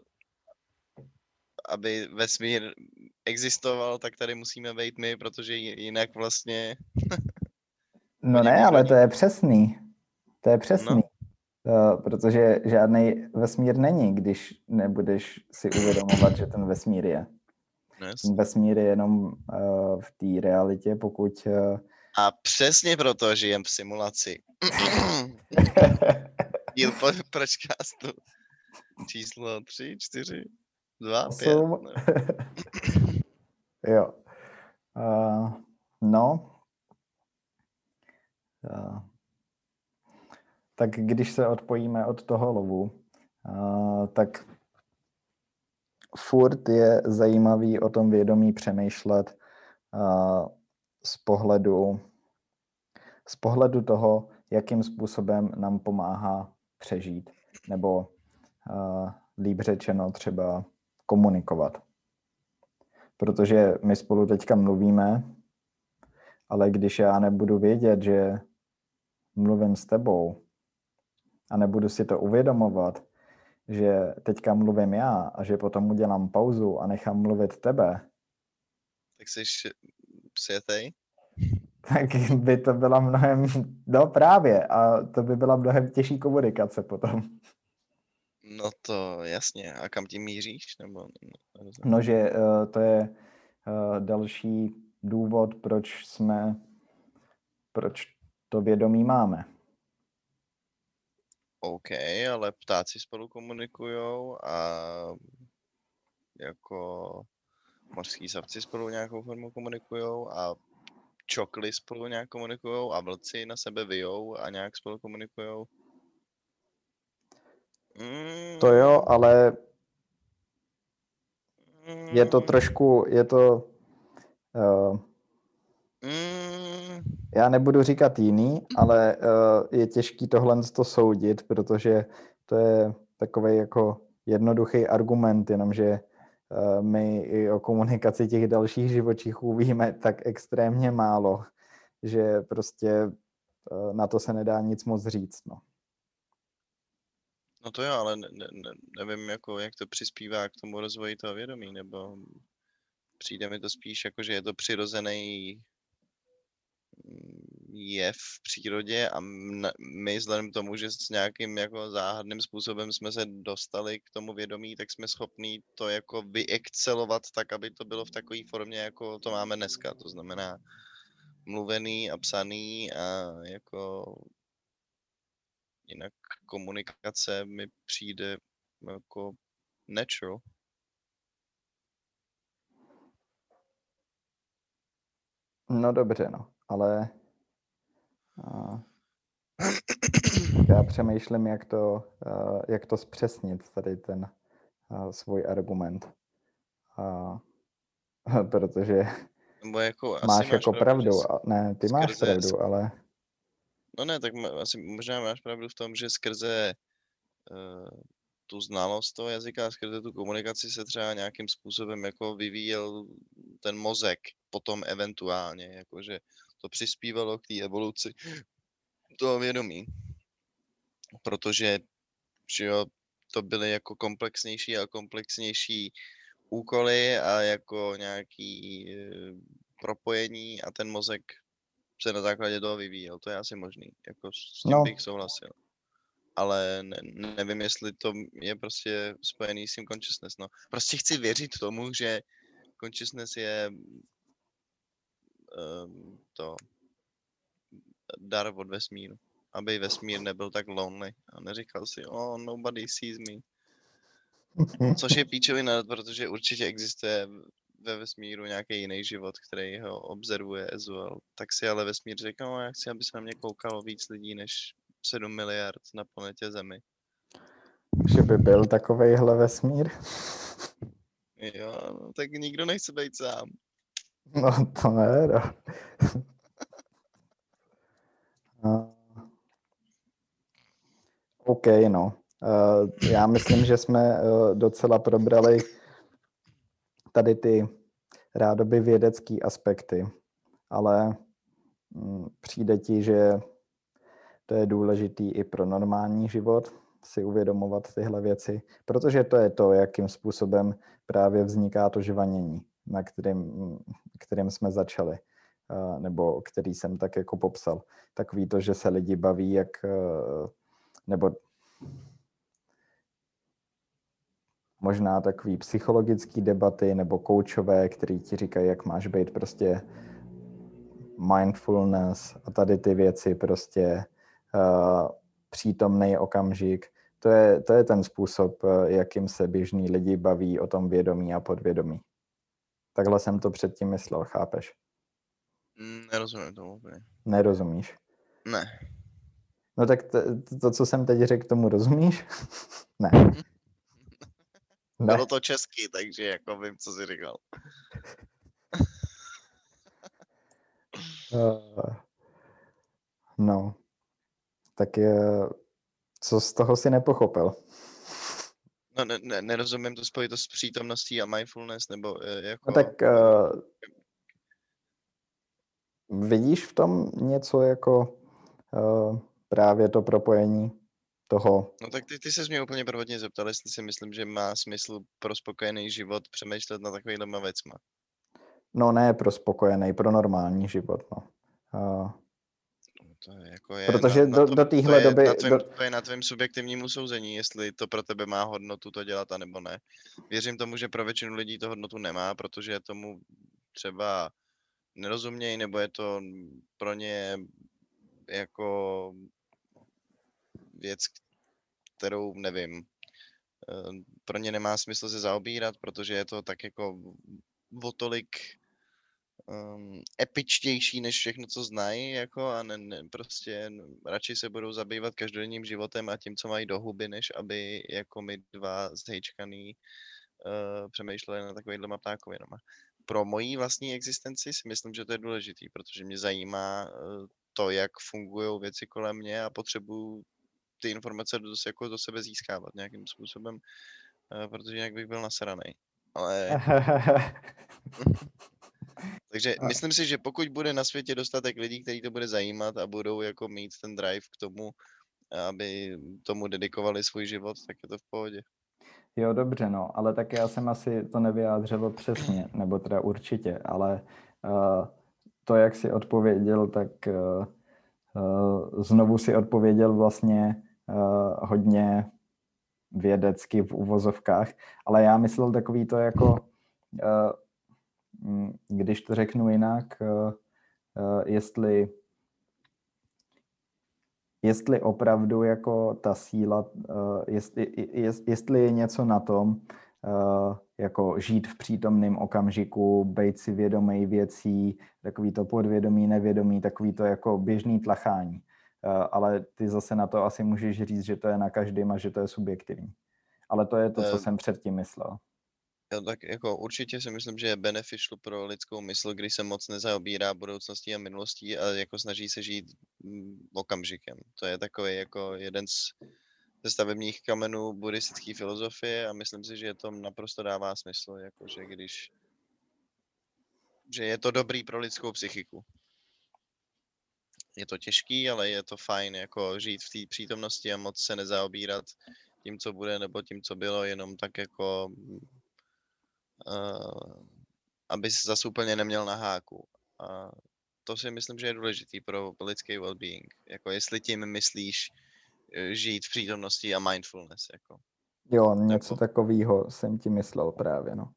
aby vesmír existoval, tak tady musíme vejít my, protože ji- jinak vlastně... No oni ne, ale východní- to je přesný. To je přesný. No, Uh, protože žádný vesmír není, když nebudeš si uvědomovat, že ten vesmír je. no Ten jasně. vesmír je jenom uh, v té realitě, pokud... Uh... A přesně proto žijem v simulaci. Díl po, pročkástu. Číslo tři, čtyři, dva, pět. Osm. Jo. Uh, no. Uh, tak když se odpojíme od toho lovu, uh, tak furt je zajímavý o tom vědomí přemýšlet uh, z pohledu z pohledu toho, jakým způsobem nám pomáhá přežít, nebo uh, líp řečeno třeba komunikovat. Protože my spolu teďka mluvíme, ale když já nebudu vědět, že mluvím s tebou a nebudu si to uvědomovat, že teďka mluvím já a že potom udělám pauzu a nechám mluvit tebe, Tak jsi světej? tak by to byla mnohem, no právě, a to by byla mnohem těžší komunikace potom. No to jasně. A kam tím míříš? Nebo... No, že uh, to je uh, další důvod, proč jsme, proč to vědomí máme. OK, ale ptáci spolu komunikujou a jako mořský savci spolu nějakou formou komunikujou a čokly spolu nějak komunikujou a vlci na sebe vyjou a nějak spolu komunikujou. Mm. To jo, ale je to Mm. trošku, je to, uh, Mm. já nebudu říkat jiný, ale uh, je těžký tohle to soudit, protože to je takový jako jednoduchý argument, jenomže uh, my i o komunikaci těch dalších živočichů víme tak extrémně málo, že prostě uh, na to se nedá nic moc říct, no. No to jo, ale ne, ne, nevím, jako, jak to přispívá k tomu rozvoji toho vědomí, nebo přijde mi to spíš jako, že je to přirozený jev v přírodě a my vzhledem k tomu, že s nějakým jako záhadným způsobem jsme se dostali k tomu vědomí, tak jsme schopní to jako vyexcelovat tak, aby to bylo v takové formě, jako to máme dneska. To znamená mluvený a psaný a jako jinak komunikace mi přijde jako natural. No dobře, no, ale uh, já přemýšlím, jak to, uh, jak to zpřesnit, tady ten uh, svůj argument. Uh, protože Nebo jako asi máš máš jako pravdu, pravdu. že A ne, ty máš skrze, pravdu, ale... No ne, tak asi možná máš pravdu v tom, že skrze uh, tu znalost toho jazyka, skrze tu komunikaci se třeba nějakým způsobem jako vyvíjel ten mozek potom eventuálně, jakože to přispívalo k té evoluci toho vědomí. Protože že jo, to byly jako komplexnější a komplexnější úkoly a jako nějaký e, propojení a ten mozek se na základě toho vyvíjel. To je asi možný. Jako s tím No. bych souhlasil. Ale ne, nevím, jestli to je prostě spojený s tím consciousness. No. Prostě chci věřit tomu, že consciousness je um, to dar od vesmíru. Aby vesmír nebyl tak lonely a neříkal si, oh, nobody sees me. Což je píčovina, protože určitě existuje ve vesmíru nějaký jiný život, který ho observuje as well. Tak si ale vesmír řekl, no já chci, aby se na mě koukalo víc lidí, než sedm miliard na planetě Zemi. Že by byl takovejhle vesmír? Jo, no, tak nikdo nechce být sám. No to ne, no. No. OK, no. Uh, já myslím, že jsme uh, docela probrali tady ty rádoby vědecké aspekty, ale mm, přijde ti, že to je důležitý i pro normální život si uvědomovat tyhle věci, protože to je to, jakým způsobem právě vzniká to žvanění, na kterým, kterým jsme začali, uh, nebo který jsem tak jako popsal. Takový to, že se lidi baví, jak, uh, nebo možná takový psychologický debaty nebo koučové, který ti říkají, jak máš být prostě mindfulness a tady ty věci prostě uh, přítomný okamžik. To je, to je ten způsob, jakým se běžní lidi baví o tom vědomí a podvědomí. Takhle jsem to předtím myslel, chápeš? Mm, nerozumím tomu úplně. Nerozumíš? Ne. No tak to, to co jsem teď řekl, tomu rozumíš? Ne. Bylo Ne. to česky, takže jako vím, co jsi říkal. Uh, no. Tak je, co z toho si nepochopil? No, ne, ne, nerozumím to spojit to s přítomností a mindfulness, nebo e, jako... No tak uh, vidíš v tom něco jako uh, právě to propojení toho? No tak ty, ty se mě úplně prvotně zeptal, jestli si myslím, že má smysl pro spokojený život přemýšlet na takovýhlema věcma. No ne pro spokojený, pro normální život, no. Uh, To je jako je protože na, na do, tom, do to téhle je doby... na tvém, Do... to je na tvém subjektivním usouzení, jestli to pro tebe má hodnotu to dělat, anebo ne. Věřím tomu, že pro většinu lidí to hodnotu nemá, protože tomu třeba nerozumějí, nebo je to pro ně jako věc, kterou nevím, pro ně nemá smysl se zaobírat, protože je to tak jako o tolik um, epičtější než všechno, co znají, jako a ne, ne, prostě radši se budou zabývat každodenním životem a tím, co mají do huby, než aby jako my dva zhejčkaný uh, přemýšleli na takovýhlema ptákovinama. Pro moji vlastní existenci si myslím, že to je důležitý, protože mě zajímá uh, to, jak fungují věci kolem mě a potřebuju ty informace do, jako do sebe získávat nějakým způsobem, uh, protože jinak bych byl nasranej. Ale... Takže myslím si, že pokud bude na světě dostatek lidí, kteří to bude zajímat a budou jako mít ten drive k tomu, aby tomu dedikovali svůj život, tak je to v pohodě. Jo, dobře, no, ale tak já jsem asi to nevyjádřil přesně, nebo teda určitě, ale uh, to, jak jsi odpověděl, tak uh, uh, znovu si odpověděl vlastně uh, hodně vědecky v uvozovkách, ale já myslel takový to jako, uh, když to řeknu jinak, uh, uh, jestli jestli opravdu jako ta síla, uh, jestli, jest, jestli je něco na tom, uh, jako žít v přítomném okamžiku, být si vědomý věcí, takový to podvědomí, nevědomí, takový to jako běžný tlachání. Uh, ale ty zase na to asi můžeš říct, že to je na každém a že to je subjektivní. Ale to je to, co Uh, jsem předtím myslel. Jo, tak jako určitě si myslím, že je beneficial pro lidskou mysl, když se moc nezaobírá budoucností a minulostí a jako snaží se žít mm, okamžikem. To je takový jako jeden z ze stavebních kamenů buddhistické filozofie a myslím si, že to naprosto dává smysl, jakože když že je to dobrý pro lidskou psychiku. Je to těžký, ale je to fajn, jako žít v té přítomnosti a moc se nezaobírat tím, co bude, nebo tím, co bylo, jenom tak jako uh, aby se zase úplně neměl na háku. A to si myslím, že je důležitý pro lidský well-being. Jako jestli tím myslíš žít v přítomnosti a mindfulness. Jako. Jo, něco Nebo... takového jsem ti myslel právě, no.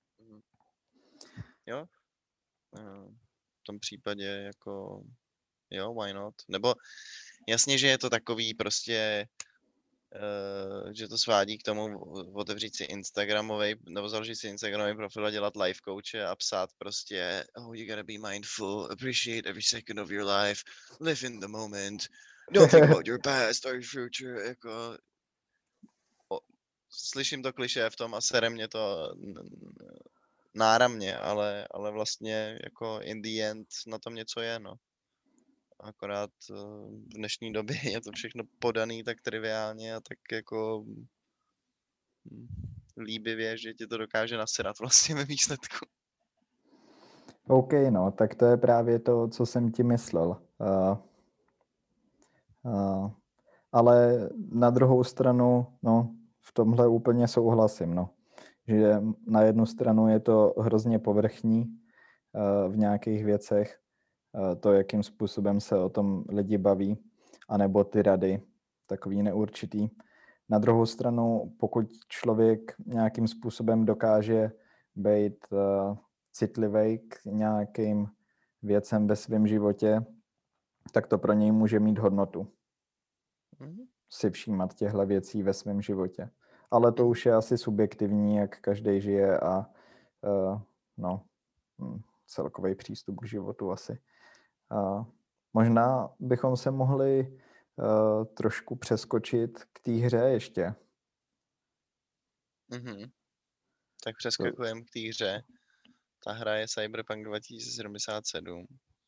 Jo? V tom případě jako jo, why not? Nebo jasně, že je to takový prostě Uh, že to svádí k tomu otevřít si Instagramový, nebo založit si Instagramový profil a dělat life coache a psát prostě oh, you gotta be mindful, appreciate every second of your life, live in the moment, Don't think about your past or your future, jako... O, slyším to klišé v tom a sere mě to náramně, ale, ale vlastně jako in the end na tom něco je, no. Akorát v dnešní době je to všechno podaný tak triviálně a tak jako líbivě, že ti to dokáže naserat vlastně ve výsledku. OK, no, tak to je právě to, co jsem ti myslel. Uh, uh, ale na druhou stranu, no, v tomhle úplně souhlasím, no. Že na jednu stranu je to hrozně povrchní uh, v nějakých věcech, uh, to, jakým způsobem se o tom lidi baví, anebo ty rady, takový neurčitý. Na druhou stranu, pokud člověk nějakým způsobem dokáže být uh, citlivý k nějakým věcem ve svém životě, tak to pro něj může mít hodnotu. Mm-hmm. Si všímat těchto věcí ve svém životě. Ale to už je asi subjektivní, jak každý žije a uh, no, celkový přístup k životu asi. Uh, možná bychom se mohli uh, trošku přeskočit k té hře ještě. Mm-hmm. Tak přeskakujeme k té hře. Ta hra je Cyberpunk dva tisíce sedmdesát sedm.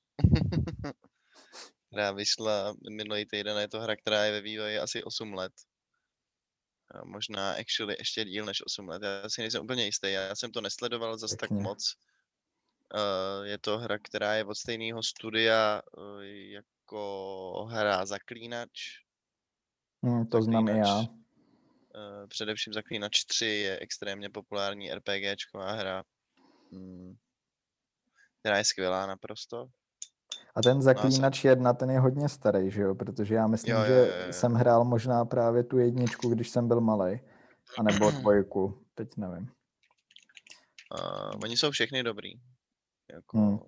Která vyšla minulý týden, je to hra, která je ve vývoji asi osm let. A možná actually ještě díl než osm let. Já si nejsem úplně jistý, já jsem to nesledoval zas tak moc. Uh, je to hra, která je od stejného studia uh, jako hra Zaklínač. Hmm, to znám i já. Uh, především Zaklínač tři je extrémně populární RPGčková hra, hmm, která je skvělá naprosto. A ten Zaklínač jedna, ten je hodně starý, že jo? Protože já myslím, jo, jo, že jo, jo. jsem hrál možná právě tu jedničku, když jsem byl malej. A nebo dvojku, teď nevím. Uh, oni jsou všechny dobrý. Jako... Hmm.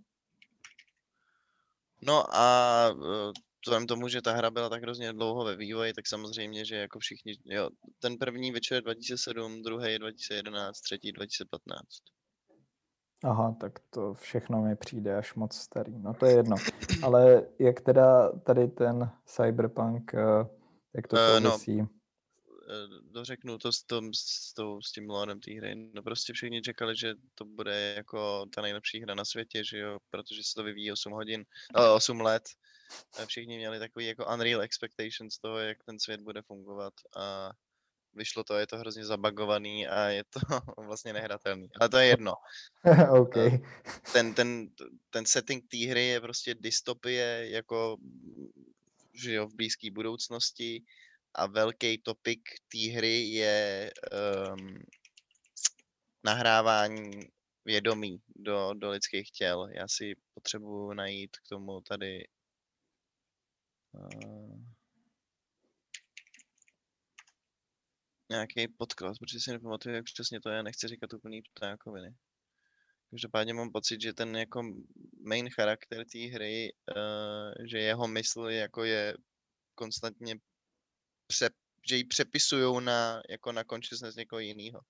No a uh, vzhledem tomu, že ta hra byla tak hrozně dlouho ve vývoji, tak samozřejmě, že jako všichni, jo, ten první večer je dva tisíce sedm, druhý je dva tisíce jedenáct, třetí dva tisíce patnáct. Aha, tak to všechno mi přijde až moc starý. No to je jedno. Ale jak teda tady ten Cyberpunk, jak to souvisí? Uh, no, dořeknu to s, tom, s, tou, s tím lorem té hry. No prostě všichni čekali, že to bude jako ta nejlepší hra na světě, že jo, protože se to vyvíjí osm hodin, no, osm let. A všichni měli takový jako unreal expectations toho, jak ten svět bude fungovat a vyšlo to, je to hrozně zabagovaný a je to vlastně nehratelný. Ale to je jedno. Okay. Ten, ten, ten setting té hry je prostě dystopie, jako že jo, v blízké budoucnosti a velký topik té hry je um, nahrávání vědomí do, do lidských těl. Já si potřebuji najít k tomu tady uh, nějaký podklad, protože si nepamatuju, jak přesně to je, nechci říkat úplný ptákoviny. Každopádně mám pocit, že ten jako main charakter té hry, uh, že jeho mysl jako je konstantně pře, že ji přepisujou na, jako na consciousness někoho jiného.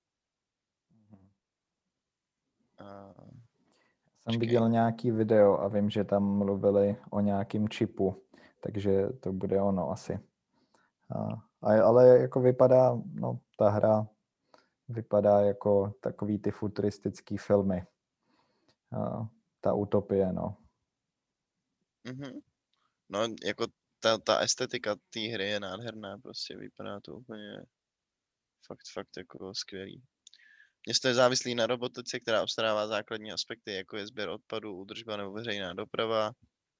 Uh, Jsem viděl nějaký video a vím, že tam mluvili o nějakým čipu, takže to bude ono asi. A, ale jako vypadá, no ta hra vypadá jako takový ty futuristický filmy. A, ta utopie, no. Mm-hmm. No jako ta, ta estetika té hry je nádherná, prostě vypadá to úplně fakt, fakt jako skvělý. Město je závislý na robotice, která obstarává základní aspekty, jako je sběr odpadů, údržba nebo veřejná doprava.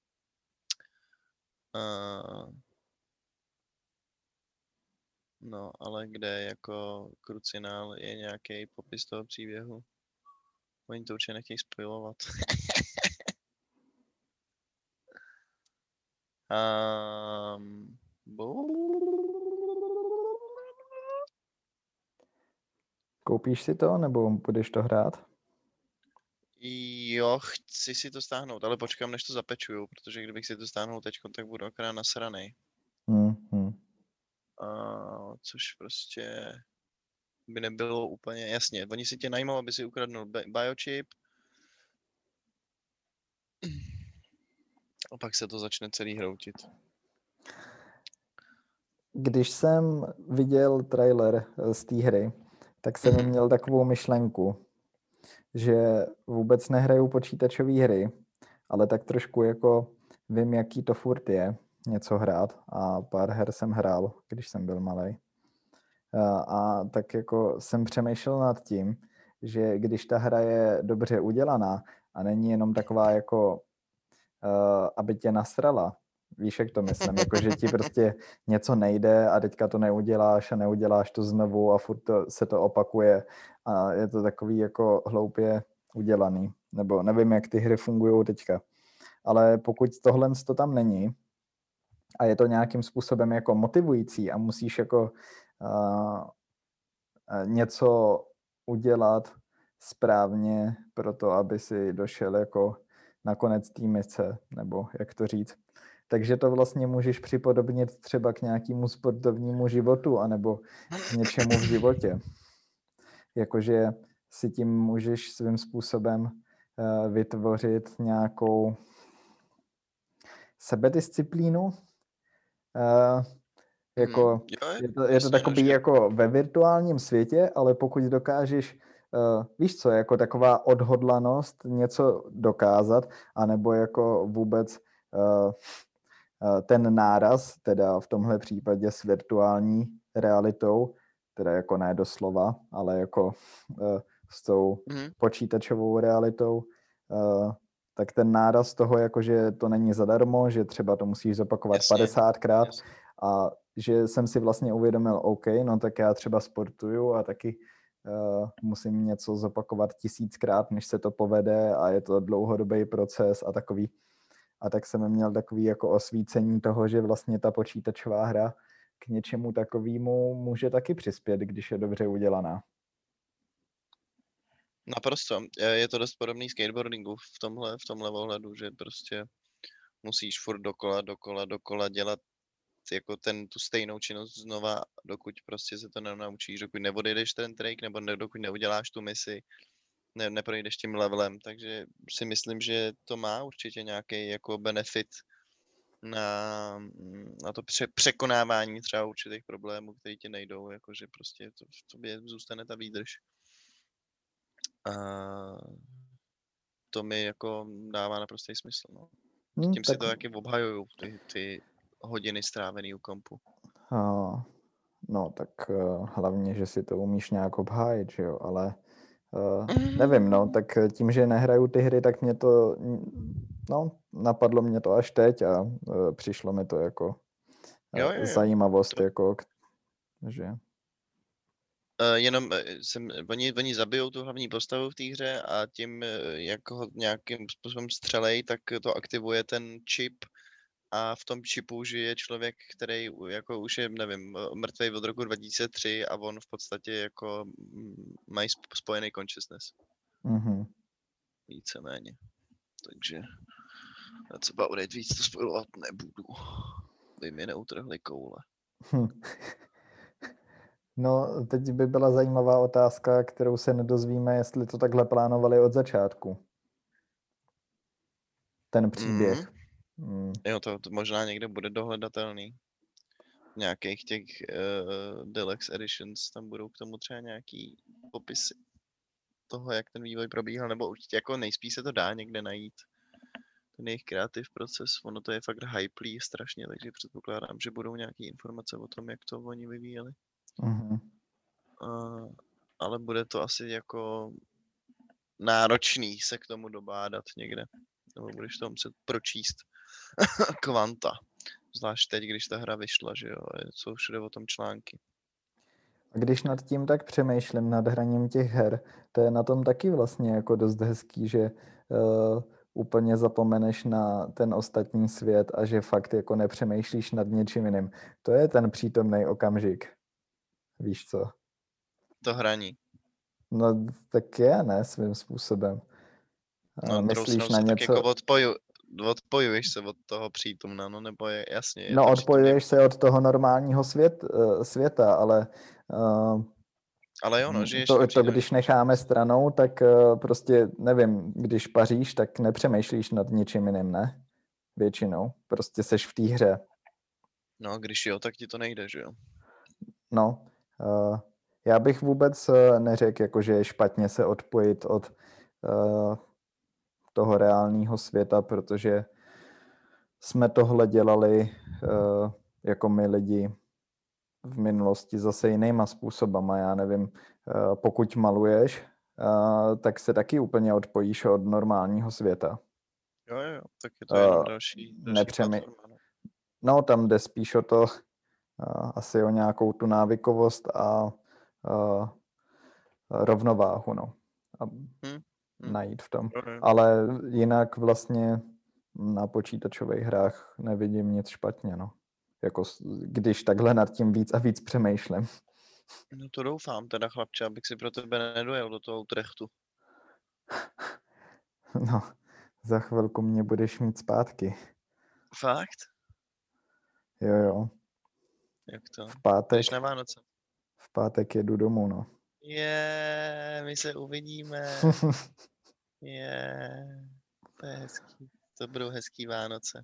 Uh, no, ale kde jako krucinál je nějaký popis toho příběhu. Oni to určitě nechtějí spojovat. um, Koupíš si to, nebo budeš to hrát? Jo, chci si to stáhnout, ale počkám, než to zapečuju, protože kdybych si to stáhnul teď, tak budu akorát nasranej. Mm-hmm. Uh, což prostě by nebylo úplně jasně. Oni si tě najmou, aby si ukradnul biochip a pak se to začne celý hroutit. když jsem viděl trailer z té hry, tak jsem Mhm. měl takovou myšlenku, že vůbec nehraju počítačové hry, ale tak trošku jako vím, jaký to furt je něco hrát a pár her jsem hrál, když jsem byl malý. A tak jako jsem přemýšlel nad tím, že když ta hra je dobře udělaná a není jenom taková jako, uh, aby tě nasrala, víš, jak to myslím, jako že ti prostě něco nejde a teďka to neuděláš a neuděláš to znovu a furt to, se to opakuje a je to takový jako hloupě udělaný, nebo nevím, jak ty hry fungují teďka. Ale pokud tohle to tam není a je to nějakým způsobem jako motivující a musíš jako uh, něco udělat správně pro to, aby si došel jako na konec té mise, nebo jak to říct. Takže to vlastně můžeš připodobnit třeba k nějakému sportovnímu životu anebo k něčemu v životě. Jakože si tím můžeš svým způsobem uh, vytvořit nějakou sebedisciplínu. Uh, jako, Mm, jo, je to, je to jasně, no, takový že jako ve virtuálním světě, ale pokud dokážeš, uh, víš co, jako taková odhodlanost něco dokázat, anebo jako vůbec uh, uh, ten náraz, teda v tomhle případě s virtuální realitou, teda jako ne doslova, ale jako uh, s tou mhm. počítačovou realitou, uh, tak ten náraz toho, jako že to není zadarmo, že třeba to musíš zopakovat Jasně, padesátkrát jasně. a že jsem si vlastně uvědomil, OK, no tak já třeba sportuju a taky uh, musím něco zopakovat tisíckrát, než se to povede a je to dlouhodobý proces a takový. A tak jsem měl takový jako osvícení toho, že vlastně ta počítačová hra k něčemu takovému může taky přispět, když je dobře udělaná. Naprosto. Je je to dost podobný skateboardingu v tomhle, v tomhle ohledu, že prostě musíš furt dokola, dokola, dokola dělat jako ten, tu stejnou činnost znova, dokud prostě se to nenaučíš, dokud neodejdeš ten trik, nebo ne, dokud neuděláš tu misi, ne, neprojdeš tím levelem, takže si myslím, že to má určitě nějaký jako benefit na, na to pře, překonávání třeba určitých problémů, které ti nejdou, jakože prostě to, v tobě zůstane ta výdrž. A to mi jako dává naprostý smysl, no. Hmm, Tím tak, si to taky obhajuju, ty, ty hodiny strávený u kompu. uh, no tak uh, hlavně, že si to umíš nějak obhájit, že jo, ale uh, nevím, no, tak tím, že nehraju ty hry, tak mě to, no, napadlo mě to až teď a uh, přišlo mi to jako uh, Jo, jo, jo. zajímavost, To, jako, že... uh, jenom uh, jsem, oni, oni zabijou tu hlavní postavu v té hře a tím, uh, jak ho nějakým způsobem střelej, tak to aktivuje ten čip a v tom čipu žije člověk, který jako už je, nevím, mrtvej od roku dva tisíce tři a on v podstatě jako mají spojený consciousness. Mm-hmm. Víceméně. Takže co about it, víc to spojovat nebudu. By mi neutrhli koule. Hm. No, teď by byla zajímavá otázka, kterou se nedozvíme, jestli to takhle plánovali od začátku. Ten příběh. Mm. Mm. Jo, to, to možná někde bude dohledatelný. V nějakých těch uh, Deluxe Editions tam budou k tomu třeba nějaký popisy toho, jak ten vývoj probíhal, nebo určitě jako nejspíš se to dá někde najít. Ten jejich kreativ proces, ono to je fakt hyplý strašně, takže předpokládám, že budou nějaké informace o tom, jak to oni vyvíjeli. Mm-hmm. Uh, ale bude to asi jako náročný se k tomu dobádat někde. Nebo budeš to muset pročíst kvanta. Zvlášť teď, když ta hra vyšla, že jo, jsou všude o tom články. A když nad tím tak přemýšlím, nad hraním těch her, to je na tom taky vlastně jako dost hezký, že uh, úplně zapomeneš na ten ostatní svět a že fakt jako nepřemýšlíš nad něčím jiným. To je ten přítomný okamžik. Víš co? To hraní. No tak je, ne, svým způsobem. No, myslíš na se něco... tak jako odpoju, odpojuješ se od toho přítomna, no nebo je jasně. Je no to odpojuješ se od toho normálního svět, uh, světa, ale... Uh, ale jo, no, žiješ to, to, přítomně. když necháme stranou, tak uh, prostě, nevím, když paříš, tak nepřemýšlíš nad ničím jiným, ne? Většinou. Prostě seš v té hře. No, když jo, tak ti to nejde, že jo? No, uh, já bych vůbec uh, neřekl, jako, že je špatně se odpojit od uh, toho reálného světa, protože jsme tohle dělali uh, jako my lidi v minulosti zase jinýma způsobama. Já nevím, uh, pokud maluješ, uh, tak se taky úplně odpojíš od normálního světa. Jo, jo, tak je to jenom Uh, další, další nepřemy... platforma. No. no, tam jde spíš o to, uh, asi o nějakou tu návykovost a uh, rovnováhu, no. A Hm, hm, najít v tom. jo, jo. Ale jinak vlastně na počítačových hrách nevidím nic špatně, no. Jako s- když takhle nad tím víc a víc přemýšlím. No to doufám teda, chlapče, abych si pro tebe nedojel do toho Utrechtu. No, za chvilku mě budeš mít zpátky. Fakt? Jo, jo. Jak to? V pátek, Jdeš na Vánoce? v pátek jedu domů, no. Je, my se uvidíme. Je, to je hezký. To budou hezký Vánoce.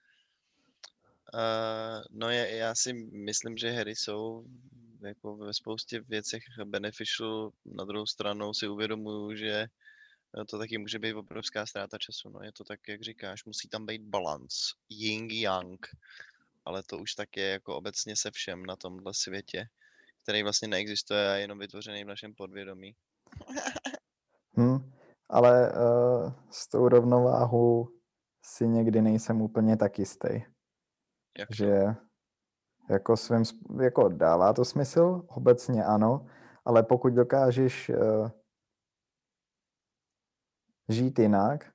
Uh, no je, já si myslím, že hry jsou jako ve spoustě věcech beneficial. Na druhou stranu si uvědomuju, že to taky může být obrovská ztráta času. No je to tak, jak říkáš, musí tam být balans. Yin yang. Ale to už tak je jako obecně se všem na tomhle světě, který vlastně neexistuje a je jenom vytvořený v našem podvědomí. Hm, ale uh, s tou rovnováhou si někdy nejsem úplně tak jistý. Jak to? Že jako svým, sp- jako dává to smysl, obecně ano, ale pokud dokážeš uh, žít jinak,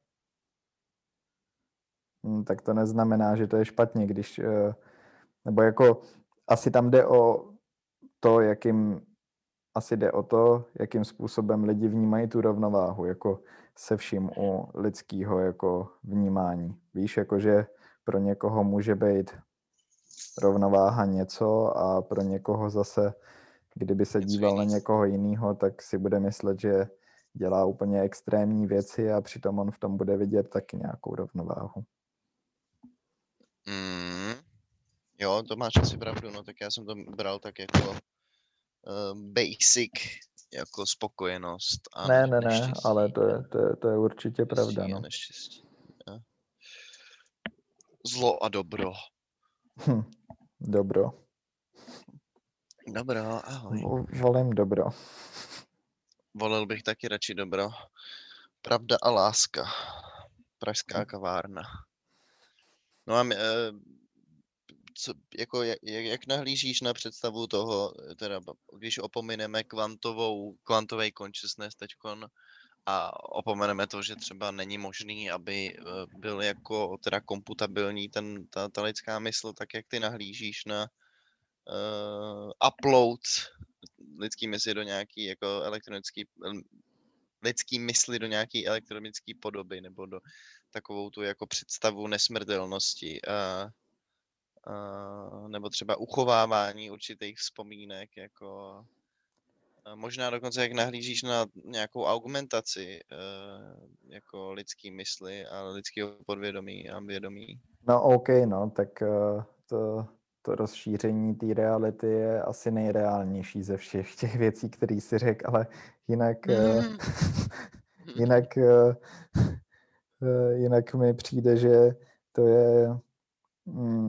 hm, tak to neznamená, že to je špatně, když, uh, nebo jako asi tam jde o to, jakým, asi jde o to, jakým způsobem lidi vnímají tu rovnováhu, jako se vším u lidského jako vnímání. Víš, jakože pro někoho může být rovnováha něco a pro někoho zase, kdyby se Něco díval na jiný. někoho jiného, tak si bude myslet, že dělá úplně extrémní věci a přitom on v tom bude vidět taky nějakou rovnováhu. Mm, jo, to máš asi pravdu, no tak já jsem to bral tak jako uh, basic, jako spokojenost a Ne, ne- ne, ne, neštěstí. ale to je, to je, to je určitě pravda, Štěstí a no. neštěstí. A zlo a dobro. Hm, dobro. Dobro, ahoj. V- Volím dobro. Volil bych taky radši dobro. Pravda a láska. Pražská kavárna. No a my, eh, co, jako jak, jak, jak nahlížíš na představu toho, teda když opomineme kvantovou, kvantový consciousness teďkon a opomeneme to, že třeba není možný, aby eh, byl jako teda komputabilní ten, ta, ta lidská mysl, tak jak ty nahlížíš na uh, upload lidský mysli do nějaký jako elektronický lidský mysli do nějaké elektronické podoby nebo do takovou tu jako představu nesmrtelnosti a, a nebo třeba uchovávání určitých vzpomínek jako a možná dokonce jak nahlížíš na nějakou augmentaci jako lidský mysli a lidského podvědomí a vědomí. No OK, no, tak uh, to, to rozšíření té reality je asi nejreálnější ze všech těch věcí, které si řekl, ale jinak, uh, jinak, uh, uh, jinak mi přijde, že to je mm,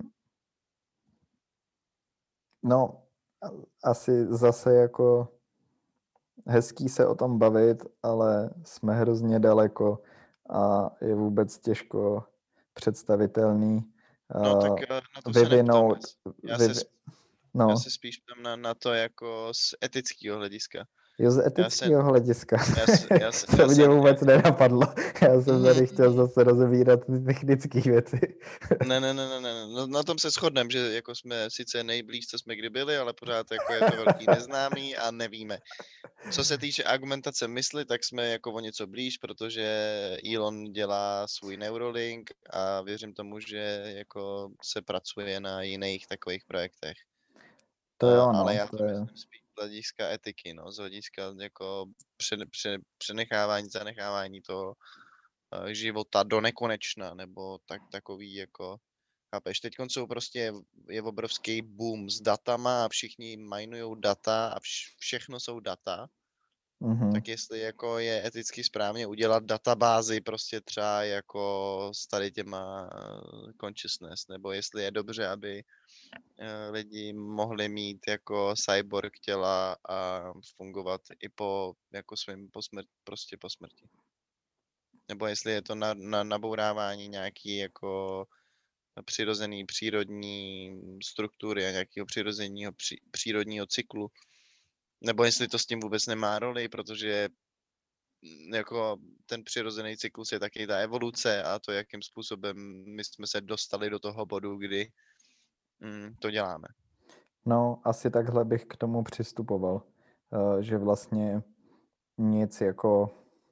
no, asi zase jako hezký se o tom bavit, ale jsme hrozně daleko a je vůbec těžko představitelný No tak uh, na to se neptám. vyvinout, Já se, vyvi, já no, se spíš ptám na, na to jako z etického hlediska. jo, z Já se, etického hlediska. já se, já se, to já mě se, vůbec nenapadlo. Já jsem Mhm, tady chtěl mhm. zase rozebírat ty technické věci. Ne, ne, ne, ne, ne. No, na tom se shodneme, že jako jsme sice nejblíž, co jsme kdy byli, ale pořád jako je to velký neznámý a nevíme. Co se týče argumentace mysli, tak jsme jako o něco blíž, protože Elon dělá svůj Neuralink a věřím tomu, že jako se pracuje na jiných takových projektech. To jo, Ale no. já To to je... myslím spíš z hlediska etiky, no, z hlediska jako pře, pře, přenechávání, zanechávání toho života do nekonečna, nebo tak, takový jako Chápeš? Teďkon jsou prostě, je obrovský boom s datama a všichni minujou data a vš, všechno jsou data. Mhm. Tak jestli jako je eticky správně udělat databázi prostě třeba jako s tady těma eh, consciousness, nebo jestli je dobře, aby eh, lidi mohli mít jako cyborg těla a fungovat i po jako svým po smrt, prostě po smrti. Nebo jestli je to na, na nabourávání nějaký jako přirozený přírodní struktury a nějakého přirozeného pří, přírodního cyklu. Nebo jestli to s tím vůbec nemá roli, protože jako ten přirozený cyklus je taky ta evoluce a to, jakým způsobem my jsme se dostali do toho bodu, kdy mm, to děláme. No, asi takhle bych k tomu přistupoval, uh, že vlastně nic jako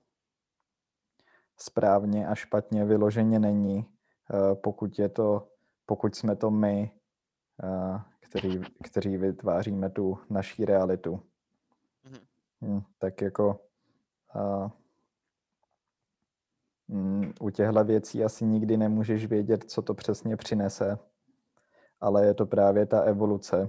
správně a špatně vyloženě není, uh, pokud je to, pokud jsme to my, uh, kteří, kteří vytváříme tu naší realitu. Mhm. Hmm, tak jako uh, mm, u těchto věcí asi nikdy nemůžeš vědět, co to přesně přinese, ale je to právě ta evoluce.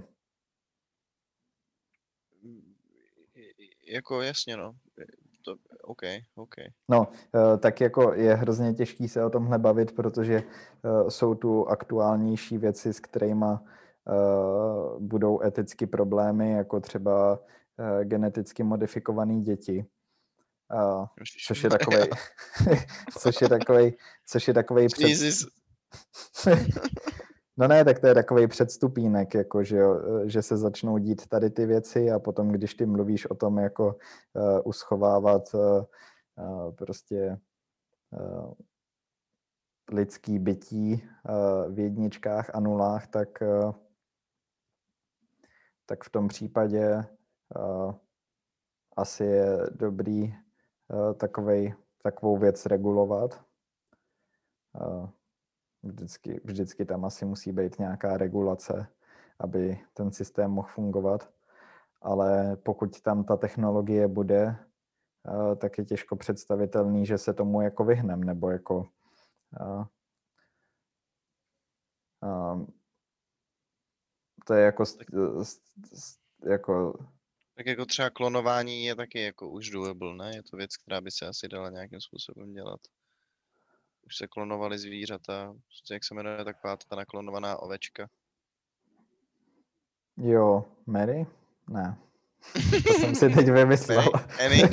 Jako jasně, no. To, OK, OK. No, tak jako je hrozně těžký se o tomhle bavit, protože jsou tu aktuálnější věci, s kterými budou eticky problémy, jako třeba geneticky modifikované děti. Což je takovej, což je takovej, což je takovej před... No ne, tak to je takový předstupínek, jako, že, jo, že se začnou dít tady ty věci a potom, když ty mluvíš o tom, jako uh, uschovávat uh, uh, prostě uh, lidský bytí uh, v jedničkách a nulách, tak, uh, tak v tom případě uh, asi je dobrý uh, takovej, takovou věc regulovat. Uh, Vždycky, vždycky tam asi musí být nějaká regulace, aby ten systém mohl fungovat. Ale pokud tam ta technologie bude, tak je těžko představitelný, že se tomu jako vyhnem, nebo jako uh, uh, to je jako, jako tak jako třeba klonování je taky jako už doable, ne? Je to věc, která by se asi dala nějakým způsobem dělat. Už se klonovaly zvířata, jak se jmenuje taková ta naklonovaná ovečka. Jo, Mary? Ne. To jsem si teď vymyslel. Annie?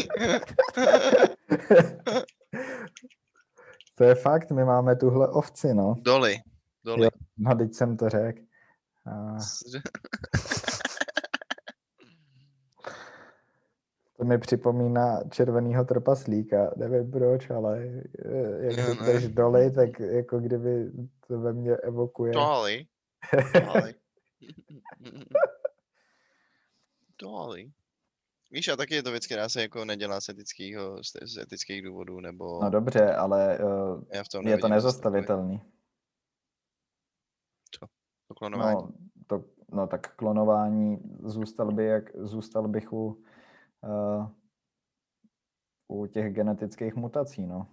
To je fakt, my máme tuhle ovci, no. Dolly. Dolly. Jo, no, teď jsem to řekl. A... To mi připomíná červenýho trpaslíka. Nevím proč, ale jak no, řekneš no. Dolly, tak jako kdyby to ve mně evokuje. Dolly. Dolly. Dolly. Víš, a taky je to věc, která se jako nedělá z, etického, z etických důvodů, nebo... No dobře, ale uh, Já v tom je to nevidím nezastavitelný. Co? To klonování? No, to, no tak klonování, zůstal, by jak, zůstal bych u, uh, u těch genetických mutací, no.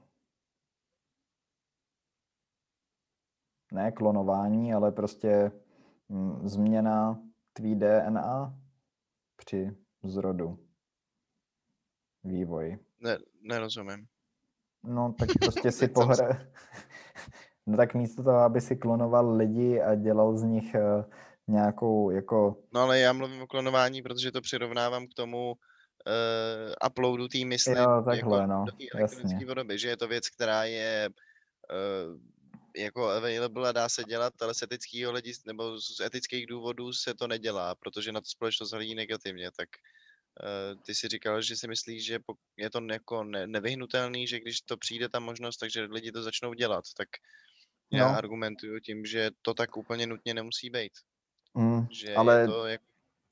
Ne klonování, ale prostě hm, změna tvý D N A při zrodu. Vývoj. Ne, nerozumím. No tak prostě si pohra... No tak místo toho, aby si klonoval lidi a dělal z nich uh, nějakou jako... No ale já mluvím o klonování, protože to přirovnávám k tomu uh, uploadu té mysli jo, takhle, jako no, do té elektronické podoby, že je to věc, která je uh, jako available a dá se dělat, ale z etického hlediska nebo z etických důvodů se to nedělá, protože na to společnost hledí negativně, tak uh, ty si říkal, že si myslíš, že je to jako ne- nevyhnutelný, že když to přijde ta možnost, takže lidi to začnou dělat, tak já no. argumentuju tím, že to tak úplně nutně nemusí být. Mm, že ale... je to jako...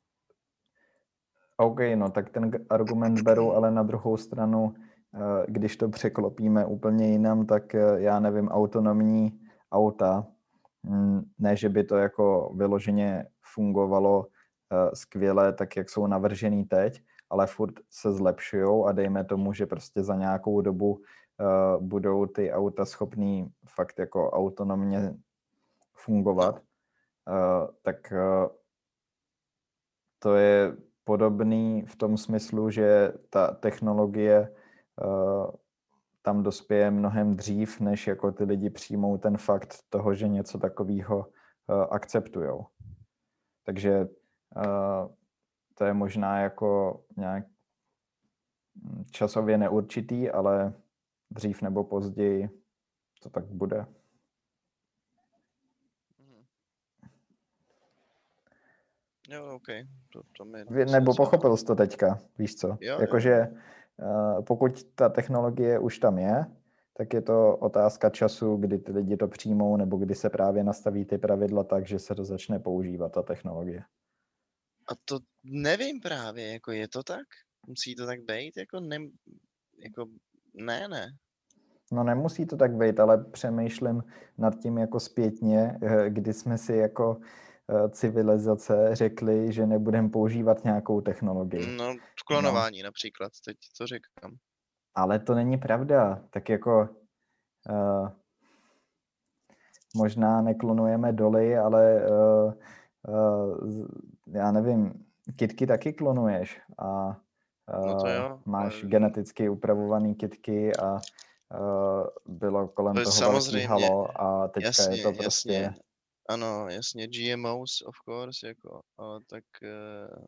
OK, no tak ten argument beru, ale na druhou stranu, když to překlopíme úplně jinam, tak já nevím, autonomní auta, ne, že by to jako vyloženě fungovalo skvěle, tak jak jsou navržený teď, ale furt se zlepšujou a dejme tomu, že prostě za nějakou dobu budou ty auta schopný fakt jako autonomně fungovat, uh, tak uh, to je podobný v tom smyslu, že ta technologie uh, tam dospěje mnohem dřív, než jako ty lidi přijmou ten fakt toho, že něco takového uh, akceptujou. Takže uh, to je možná jako nějak časově neurčitý, ale dřív nebo později to tak bude. Jo, OK. To, to mi Nebo pochopil jsi to teďka, víš co? Jakože uh, pokud ta technologie už tam je, tak je to otázka času, kdy ty lidi to přijmou, nebo kdy se právě nastaví ty pravidla tak, že se to začne používat, ta technologie. A to nevím právě, jako je to tak? Musí to tak být? Jako ne, jako ne, ne. No nemusí to tak být, ale přemýšlím nad tím jako zpětně, kdy jsme si jako civilizace řekli, že nebudeme používat nějakou technologii. No, klonování no. například, teď to říkám. Ale to není pravda. Tak jako uh, možná neklonujeme doly, ale uh, uh, já nevím, kytky taky klonuješ a uh, no to jo, máš ale... geneticky upravované kytky a uh, bylo kolem to toho velký halo a teďka jasně, je to prostě... Jasně. Ano, jasně, G M Os, of course, jako, ale tak... Uh...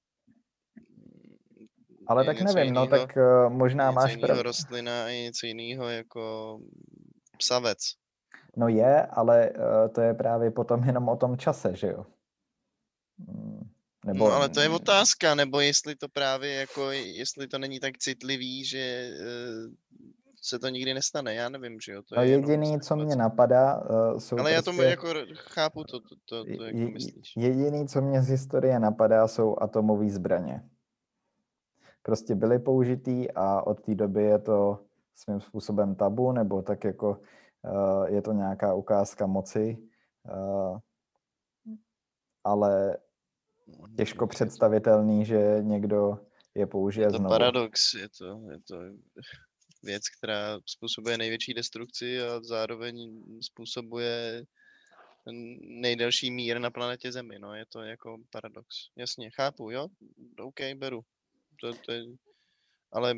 Ale tak nevím, jinýho, no tak uh, možná máš pravdu. Rostlina a něco jiného jako savec. No je, ale uh, to je právě potom jenom o tom čase, že jo? Nebo... No ale to je otázka, nebo jestli to právě jako, jestli to není tak citlivý, že uh, se to nikdy nestane, já nevím, že jo. To no je jediný, co mě napadá, uh, jsou Ale prostě... já tomu jako chápu to, to, to, to jak to myslíš. Jediný, co mě z historie napadá, jsou atomové zbraně. Prostě byly použitý a od té doby je to svým způsobem tabu, nebo tak jako uh, je to nějaká ukázka moci, uh, ale těžko no, představitelný, že někdo je použije znovu. Je to znovu. paradox, je to, je to věc, která způsobuje největší destrukci a zároveň způsobuje nejdelší mír na planetě Zemi, no, je to jako paradox. Jasně, chápu, jo, OK, beru. To, to je, ale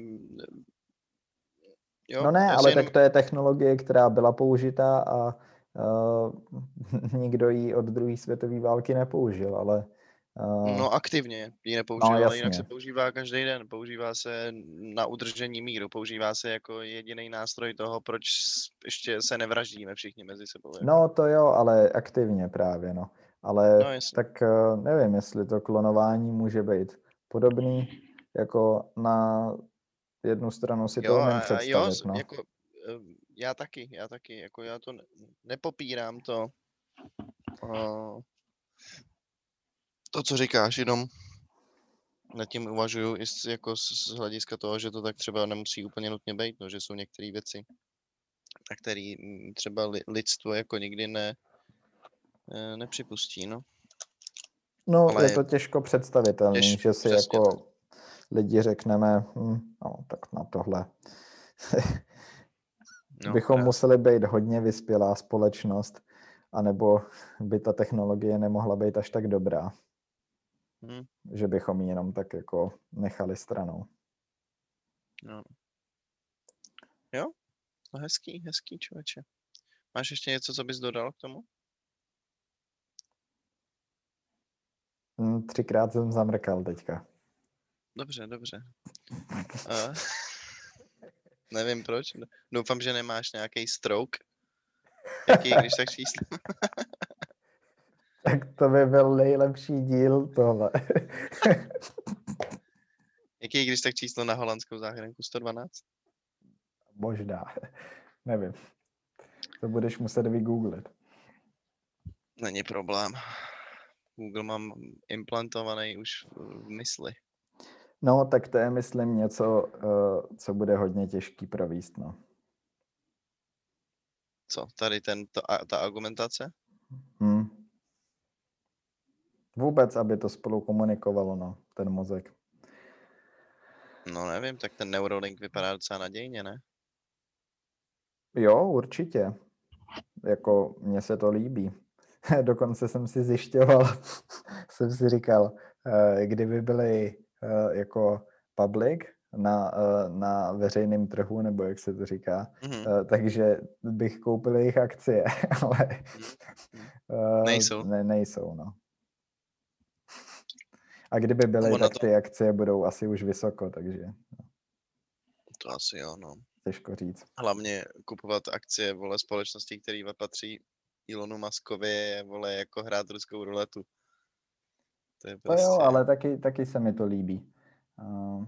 jo. No ne, ale jenom... tak to je technologie, která byla použitá a uh, nikdo ji od druhé světové války nepoužil, ale... Uh, no aktivně ji nepoužil, no, ale jinak se používá každý den. Používá se na udržení míru, používá se jako jediný nástroj toho, proč ještě se nevraždíme všichni mezi sebou. Jako. No to jo, ale aktivně právě, no. Ale no, tak uh, nevím, jestli to klonování může být podobný, jako na jednu stranu si jo, to umím představit, jo, no. Jako, já taky, já taky, jako já to nepopírám to, uh, to, co říkáš, jenom nad tím uvažuju i z, jako z hlediska toho, že to tak třeba nemusí úplně nutně být, no, že jsou některé věci, na které třeba li, lidstvo jako nikdy ne, nepřipustí, no. No, ale je to těžko představitelný, těž, že si jako tak. lidi řekneme, hm, no, tak na tohle no, bychom krásný. museli být hodně vyspělá společnost, anebo by ta technologie nemohla být až tak dobrá. Hmm. Že bychom ji jenom tak jako nechali stranou. No. Jo? No hezký, hezký člověče. Máš ještě něco, co bys dodal k tomu? Třikrát jsem zamrkal teďka. Dobře, dobře. Uh, nevím proč. Doufám, že nemáš nějaký stroke. Jaký, když tak číslo? Tak to by byl nejlepší díl tohle. Jaký, když tak číslo na holandskou záchranku? sto dvanáct? Možná. Nevím. To budeš muset vygooglit. Není problém. Google mám implantovaný už v mysli. No, tak to je, myslím, něco, co bude hodně těžký províst, no. Co? Tady ten, to, ta argumentace? Hmm. Vůbec, aby to spolu komunikovalo, no, ten mozek. No nevím, tak ten Neuralink vypadá docela nadějně, ne? Jo, určitě. Jako, mně se to líbí. dokonce jsem si zjišťoval, jsem si říkal, kdyby byly jako public na, na veřejném trhu, nebo jak se to říká, mm-hmm. takže bych koupil jejich akcie, ale nejsou. Ne, nejsou, no. A kdyby byly, ono tak to... ty akcie budou asi už vysoko, takže... To asi jo, no. Těžko říct. Hlavně kupovat akcie, vole, společnosti, které patří Elonu Muskovi, je, vole, jako hrát ruskou ruletu. To je prostě... To jo, ale taky, taky se mi to líbí. Uh...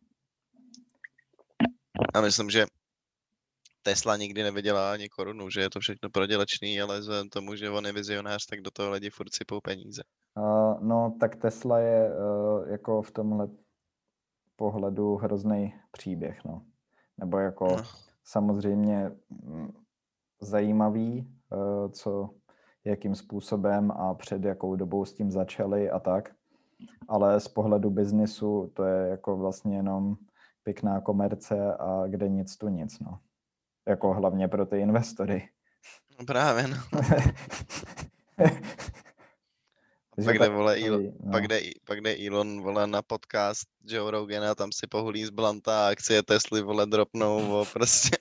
A myslím, že Tesla nikdy nevydělá ani korunu, že je to všechno prodělečný, ale vzhledem tomu, že on je vizionář, tak do toho lidi furt sypou peníze. Uh, no, tak Tesla je uh, jako v tomhle pohledu hrozný příběh, no. Nebo jako no. samozřejmě m, zajímavý, uh, co, jakým způsobem a před jakou dobou s tím začali a tak. Ale z pohledu biznisu to je jako vlastně jenom pěkná komerce a kde nic tu nic, no. Jako hlavně pro ty investory. No právě, no. pak, jde, vole, Elon, no. pak, jde, pak jde Elon, vole, na podcast Joe Rogana, tam si pohulí z blanta a akcie Tesly, vole, dropnou, vole, prostě.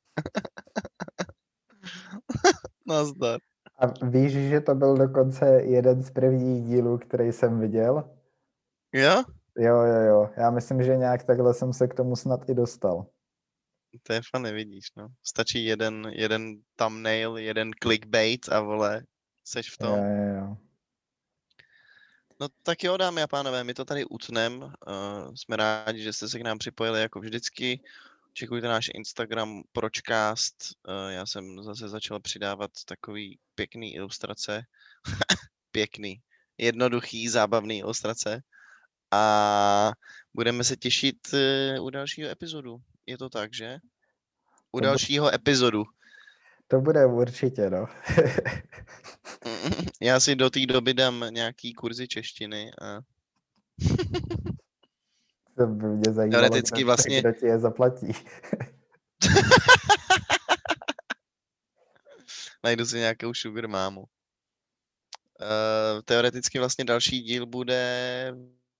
Nazdar. A víš, že to byl dokonce jeden z prvních dílů, který jsem viděl? Jo? Jo, jo, jo. Já myslím, že nějak takhle jsem se k tomu snad i dostal. To je fakt nevidíš, no. Stačí jeden, jeden thumbnail, jeden clickbait a vole, seš v tom. Jo, jo, jo. No tak jo, dámy a pánové, my to tady utnem. Uh, jsme rádi, že jste se k nám připojili jako vždycky. Čekujte náš Instagram Pročcast. Uh, já jsem zase začal přidávat takový pěkný ilustrace. Pěkný. Jednoduchý, zábavný ilustrace. A budeme se těšit uh, u dalšího epizodu. Je to tak, že? U to dalšího bude... epizodu. To bude určitě, no. Já si do té doby dám nějaký kurzy češtiny a... To by mě zajímalo, teoreticky kdo, vlastně... kdo ti je zaplatí. Najdu si nějakou sugar mámu. Uh, teoreticky vlastně další díl bude...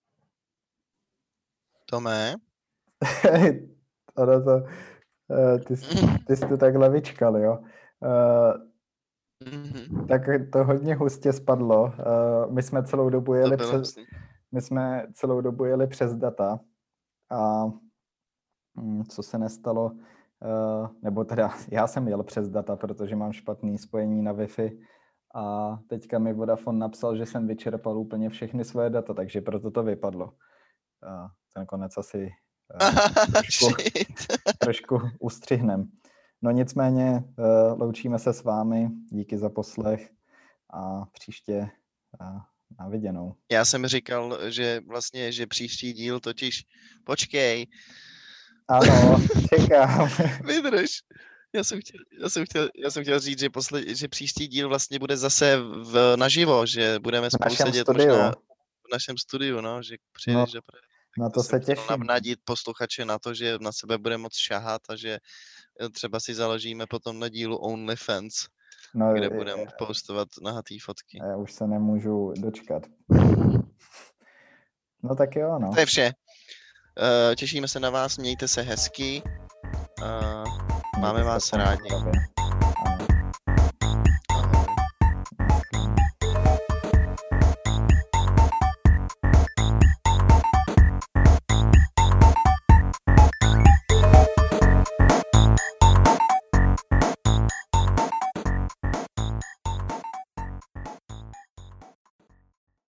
Tome? Ono to... Uh, ty, ty jsi to takhle vyčkal, jo? Uh, mm-hmm. Tak to hodně hustě spadlo. Uh, my jsme celou dobu jeli přes... Vlastně. My jsme celou dobu jeli přes data a um, co se nestalo, uh, nebo teda já jsem jel přes data, protože mám špatný spojení na Wi-Fi a teďka mi Vodafone napsal, že jsem vyčerpal úplně všechny svoje data, takže proto to vypadlo. Uh, ten konec asi uh, trošku, trošku ustřihnem. No nicméně uh, loučíme se s vámi, díky za poslech a příště uh, na viděnou. Já jsem říkal, že vlastně, že příští díl totiž, počkej. Ano, čekám. Vydrž. Já jsem chtěl, já jsem chtěl, já jsem chtěl říct, že, posled, že příští díl vlastně bude zase v, naživo, že budeme spolu sedět možná v našem studiu, no, že přijdeš no, do na to se těším. Navnadit posluchače na to, že na sebe bude moc šahat a že třeba si založíme potom na dílu OnlyFans, no, kde budeme postovat nahatý fotky. Já už se nemůžu dočkat. No tak jo, no. To je vše. Těšíme se na vás, mějte se hezky. Máme vás rádi.